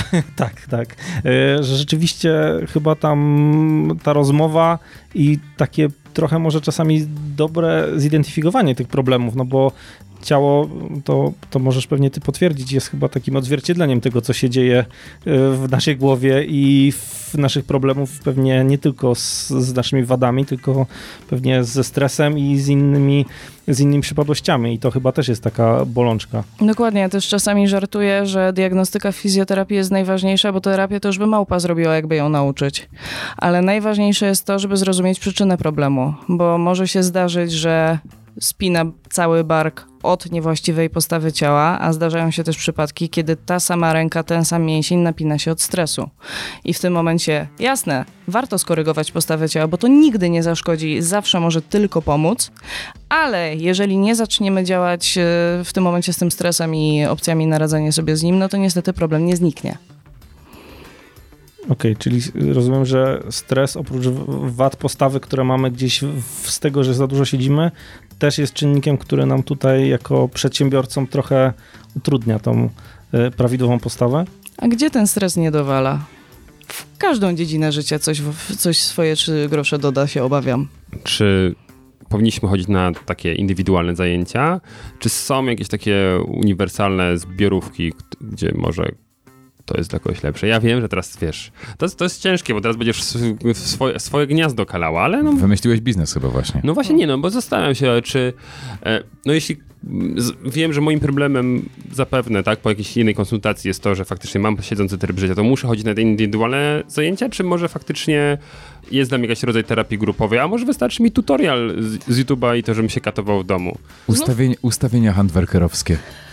Tak. Że rzeczywiście chyba tam ta rozmowa i takie trochę może czasami dobre zidentyfikowanie tych problemów, no bo ciało, to możesz pewnie ty potwierdzić, jest chyba takim odzwierciedleniem tego, co się dzieje w naszej głowie i w naszych problemów pewnie nie tylko z naszymi wadami, tylko pewnie ze stresem i z innymi przypadłościami i to chyba też jest taka bolączka. Dokładnie, ja też czasami żartuję, że diagnostyka w fizjoterapii jest najważniejsza, bo terapię to już by małpa zrobiła, jakby ją nauczyć. Ale najważniejsze jest to, żeby zrozumieć przyczynę problemu, bo może się zdarzyć, że spina cały bark od niewłaściwej postawy ciała, a zdarzają się też przypadki, kiedy ta sama ręka, ten sam mięsień napina się od stresu. I w tym momencie, jasne, warto skorygować postawę ciała, bo to nigdy nie zaszkodzi, zawsze może tylko pomóc, ale jeżeli nie zaczniemy działać w tym momencie z tym stresem i opcjami na radzenie sobie z nim, no to niestety problem nie zniknie. Okej, czyli rozumiem, że stres oprócz wad postawy, które mamy gdzieś z tego, że za dużo siedzimy, też jest czynnikiem, który nam tutaj jako przedsiębiorcom trochę utrudnia tą prawidłową postawę. A gdzie ten stres nie dowala? W każdą dziedzinę życia coś swoje 3 grosze doda się, obawiam. Czy powinniśmy chodzić na takie indywidualne zajęcia? Czy są jakieś takie uniwersalne zbiorówki, gdzie może to jest dla kogoś lepsze? Ja wiem, że teraz, wiesz, to jest ciężkie, bo teraz będziesz swoje gniazdo kalała, ale no... Wymyśliłeś biznes chyba właśnie. No właśnie nie, no bo zastanawiam się, czy... No jeśli wiem, że moim problemem zapewne, tak, po jakiejś innej konsultacji jest to, że faktycznie mam siedzący tryb życia, to muszę chodzić na te indywidualne zajęcia, czy może faktycznie jest dla mnie jakiś rodzaj terapii grupowej, a może wystarczy mi tutorial z YouTube'a i to, żebym się katował w domu. Ustawienia handwerkerowskie.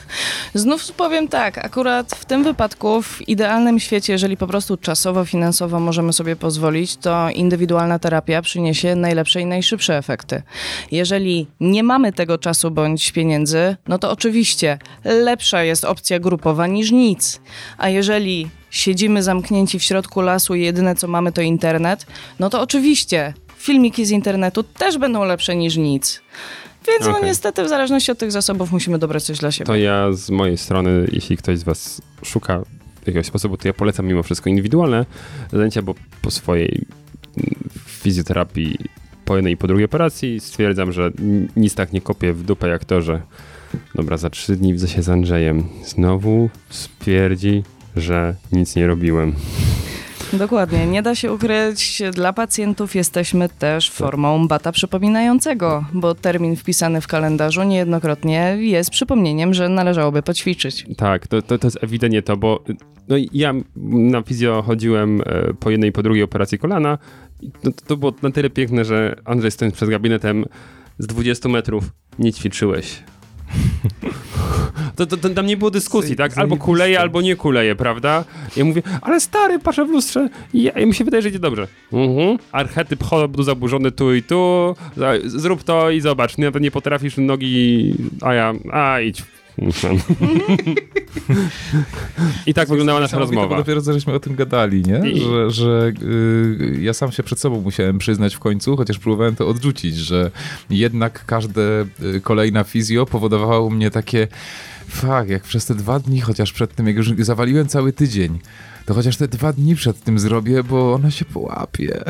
Znów powiem tak, akurat w tym wypadku, w idealnym świecie, jeżeli po prostu czasowo, finansowo możemy sobie pozwolić, to indywidualna terapia przyniesie najlepsze i najszybsze efekty. Jeżeli nie mamy tego czasu bądź pieniędzy, no to oczywiście lepsza jest opcja grupowa niż nic. A jeżeli siedzimy zamknięci w środku lasu i jedyne co mamy to internet, no to oczywiście filmiki z internetu też będą lepsze niż nic. Więc no niestety w zależności od tych zasobów musimy dobrać coś dla siebie. To ja z mojej strony, jeśli ktoś z was szuka jakiegoś sposobu, to ja polecam mimo wszystko indywidualne zajęcia, bo po swojej fizjoterapii po jednej i po drugiej operacji stwierdzam, że nic tak nie kopie w dupę jak to, że dobra, za 3 dni widzę się z Andrzejem. Znowu stwierdzi, że nic nie robiłem. Dokładnie, nie da się ukryć, dla pacjentów jesteśmy też formą bata przypominającego, bo termin wpisany w kalendarzu niejednokrotnie jest przypomnieniem, że należałoby poćwiczyć. Tak, to jest ewidentnie to, bo no ja na fizjo chodziłem po jednej i po drugiej operacji kolana. To było na tyle piękne, że Andrzej stojąc przed gabinetem z 20 metrów nie ćwiczyłeś. Tam nie było dyskusji, tak? Albo kuleje, albo nie kuleje, prawda? Ja mówię, ale stary, patrzę w lustrze i mi się wydaje, że idzie dobrze. Archetyp chodu zaburzony tu i tu, zrób to i zobacz, nawet nie potrafisz nogi, idź. I tak wyglądała nasza rozmowa. Bo dopiero żeśmy o tym gadali, nie? Że ja sam się przed sobą musiałem przyznać w końcu, chociaż próbowałem to odrzucić, że jednak każde kolejna fizjo powodowało u mnie takie jak przez te 2 dni, chociaż przed tym, jak już zawaliłem cały tydzień, to chociaż te 2 dni przed tym zrobię, bo ona się połapie.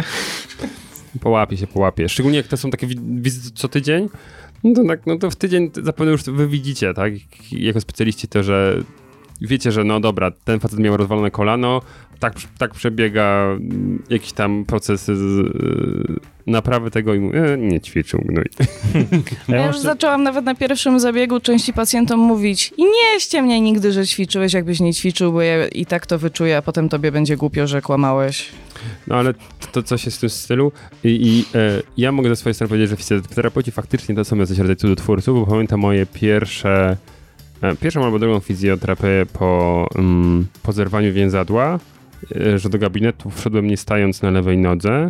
Połapie. Szczególnie jak to są takie wizyty co tydzień, no to w tydzień zapewne już wy widzicie, tak? Jako specjaliści to, że wiecie, że no dobra, ten facet miał rozwalone kolano, tak przebiega jakiś tam proces naprawy tego i nie ćwiczył. No ja już zaczęłam nawet na pierwszym zabiegu części pacjentom mówić i nie ściemniaj nigdy, że ćwiczyłeś, jakbyś nie ćwiczył, bo ja i tak to wyczuję, a potem tobie będzie głupio, że kłamałeś. No ale to coś jest w tym stylu ja mogę ze swojej strony powiedzieć, że fizjoterapeuci faktycznie to są jacyś rodzaj cudotwórców, bo pamiętam moje pierwszą albo drugą fizjoterapię po zerwaniu więzadła, że do gabinetu wszedłem nie stając na lewej nodze,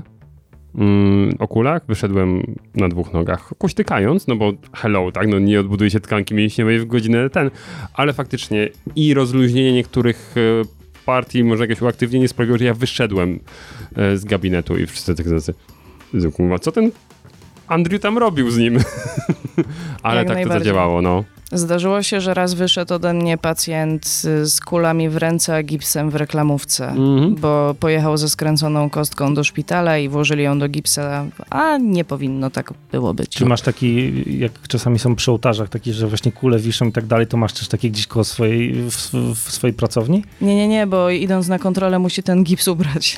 o kulach, wyszedłem na 2 nogach, kuśtykając, no bo hello, tak, no nie odbuduje się tkanki mięśniowej w godzinę ale faktycznie i rozluźnienie niektórych partii, może jakieś uaktywnienie sprawiło, że ja wyszedłem z gabinetu i wszyscy tak co ten Andrew tam robił z nim? Ale jak tak to zadziałało, no. Zdarzyło się, że raz wyszedł ode mnie pacjent z kulami w ręce, a gipsem w reklamówce, bo pojechał ze skręconą kostką do szpitala i włożyli ją do gipsa, a nie powinno tak było być. Czy masz taki, jak czasami są przy ołtarzach, taki, że właśnie kule wiszą i tak dalej, to masz też takie gdzieś koło w swojej pracowni? Nie, bo idąc na kontrolę musi ten gips ubrać.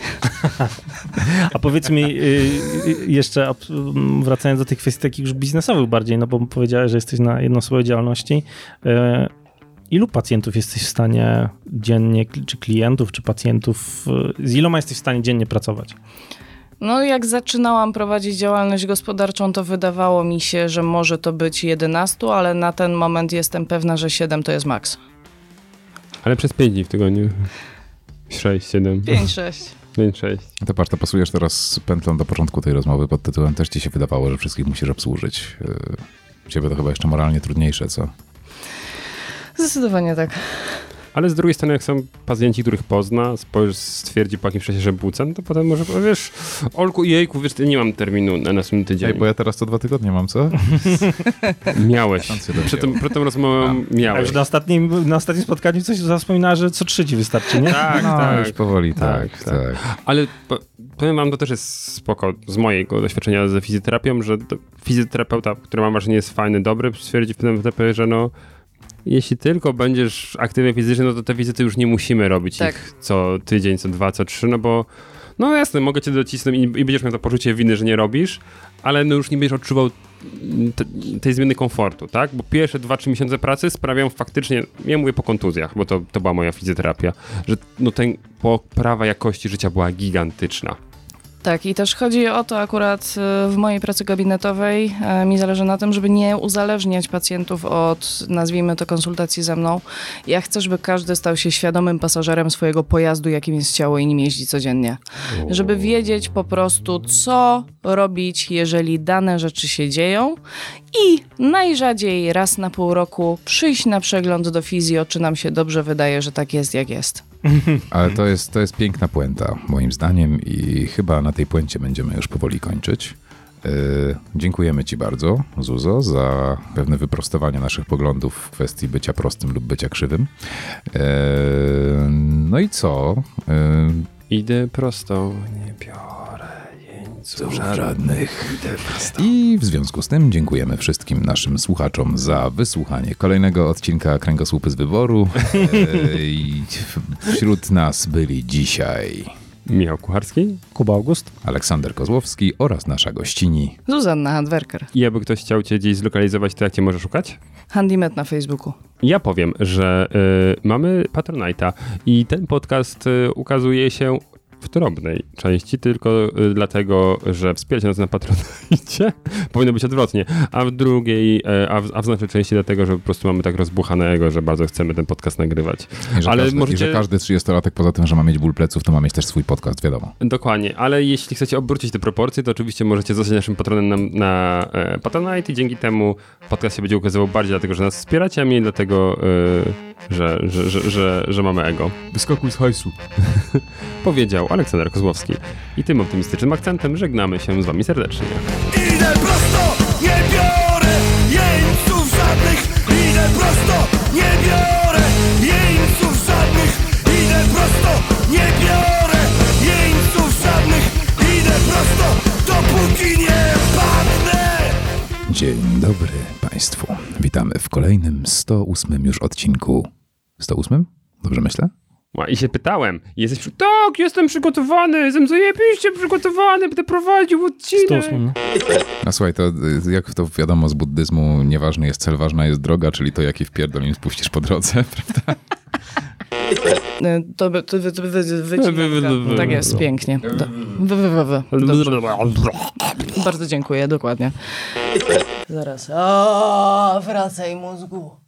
A powiedz mi jeszcze, wracając do tych kwestii takich już biznesowych bardziej, no bo powiedziałeś, że jesteś na jednoosobowej działalności. Ilu pacjentów jesteś w stanie dziennie, czy klientów, czy pacjentów, z iloma jesteś w stanie dziennie pracować? No jak zaczynałam prowadzić działalność gospodarczą, to wydawało mi się, że może to być 11, ale na ten moment jestem pewna, że 7 to jest maks. Ale przez 5 dni w tygodniu. 6, 7. 5-6. 5-6. To patrz, to pasujesz teraz z pętlą do początku tej rozmowy pod tytułem też ci się wydawało, że wszystkich musisz obsłużyć. U ciebie to chyba jeszcze moralnie trudniejsze, co? Zdecydowanie tak. Ale z drugiej strony, jak są pacjenci, których pozna, stwierdzi po jakimś czasie, że buca, no to potem może powiesz, Olku i jejku, wiesz, nie mam terminu na następny tydzień. Bo ja teraz to 2 tygodnie mam, co? Miałeś. Przed tą rozmową miałeś. A już na ostatnim spotkaniu coś wspominała, że co 3 ci wystarczy, nie? Tak. Już powoli, tak. Ale powiem wam, to też jest spoko z mojego doświadczenia ze fizjoterapią, że fizjoterapeuta, który ma wrażenie jest fajny, dobry, stwierdzi w tym etapie, że no jeśli tylko będziesz aktywny fizycznie, no to te wizyty już nie musimy robić ich co tydzień, co 2, co 3, no bo no jasne, mogę cię docisnąć i będziesz miał to poczucie winy, że nie robisz, ale no już nie będziesz odczuwał tej zmiany komfortu, tak? Bo pierwsze 2-3 miesiące pracy sprawiają faktycznie, ja mówię po kontuzjach, bo to była moja fizjoterapia, że no poprawa jakości życia była gigantyczna. Tak, i też chodzi o to akurat w mojej pracy gabinetowej. Mi zależy na tym, żeby nie uzależniać pacjentów od, nazwijmy to, konsultacji ze mną. Ja chcę, żeby każdy stał się świadomym pasażerem swojego pojazdu, jakim jest ciało i nim jeździ codziennie. Żeby wiedzieć po prostu, co robić, jeżeli dane rzeczy się dzieją i najrzadziej raz na pół roku przyjść na przegląd do fizjo, czy nam się dobrze wydaje, że tak jest, jak jest. Ale to jest piękna puenta, moim zdaniem, i chyba na tej puencie będziemy już powoli kończyć. Dziękujemy Ci bardzo, Zuzo, za pewne wyprostowanie naszych poglądów w kwestii bycia prostym lub bycia krzywym. No i co? Idę prosto, nie biorę jeńców żadnych. Idę prosto. I w związku z tym dziękujemy wszystkim naszym słuchaczom za wysłuchanie kolejnego odcinka Kręgosłupy z wyboru. I wśród nas byli dzisiaj Michał Kucharski, Kuba August, Aleksander Kozłowski oraz nasza gościni Zuzanna Handwerker. i jakby ktoś chciał cię gdzieś zlokalizować, to jak cię może szukać? Handymet na Facebooku. Ja powiem, że mamy Patronite'a i ten podcast ukazuje się w drobnej części, tylko dlatego, że wspieracie nas na Patronite, powinno być odwrotnie, a w drugiej, a w znacznej części dlatego, że po prostu mamy tak rozbuchanego, że bardzo chcemy ten podcast nagrywać. I że każdy 30-latek poza tym, że ma mieć ból pleców, to ma mieć też swój podcast, wiadomo. Dokładnie, ale jeśli chcecie obrócić te proporcje, to oczywiście możecie zostać naszym patronem na Patronite i dzięki temu podcast się będzie ukazywał bardziej dlatego, że nas wspieracie, a mniej dlatego, że mamy ego. Wyskakuj z hajsu. Powiedział Aleksander Kozłowski. I tym optymistycznym akcentem żegnamy się z wami serdecznie. Idę prosto, nie biorę jeńców żadnych. Idę prosto, nie biorę jeńców żadnych. Idę prosto, nie biorę jeńców żadnych. Idę prosto, dopóki nie padnę. Dzień dobry Państwu. Witamy w kolejnym 108 już odcinku. 108? Dobrze myślę? I się pytałem, tak, jestem przygotowany, jestem zajebiście przygotowany, będę prowadził odcinek. A słuchaj, to jak to wiadomo z buddyzmu, nieważny jest cel, ważna jest droga, czyli to, jaki wpierdol im spuścisz po drodze, prawda? Tak jest, pięknie. Bardzo dziękuję, dokładnie. Zaraz. Wracaj mózgu.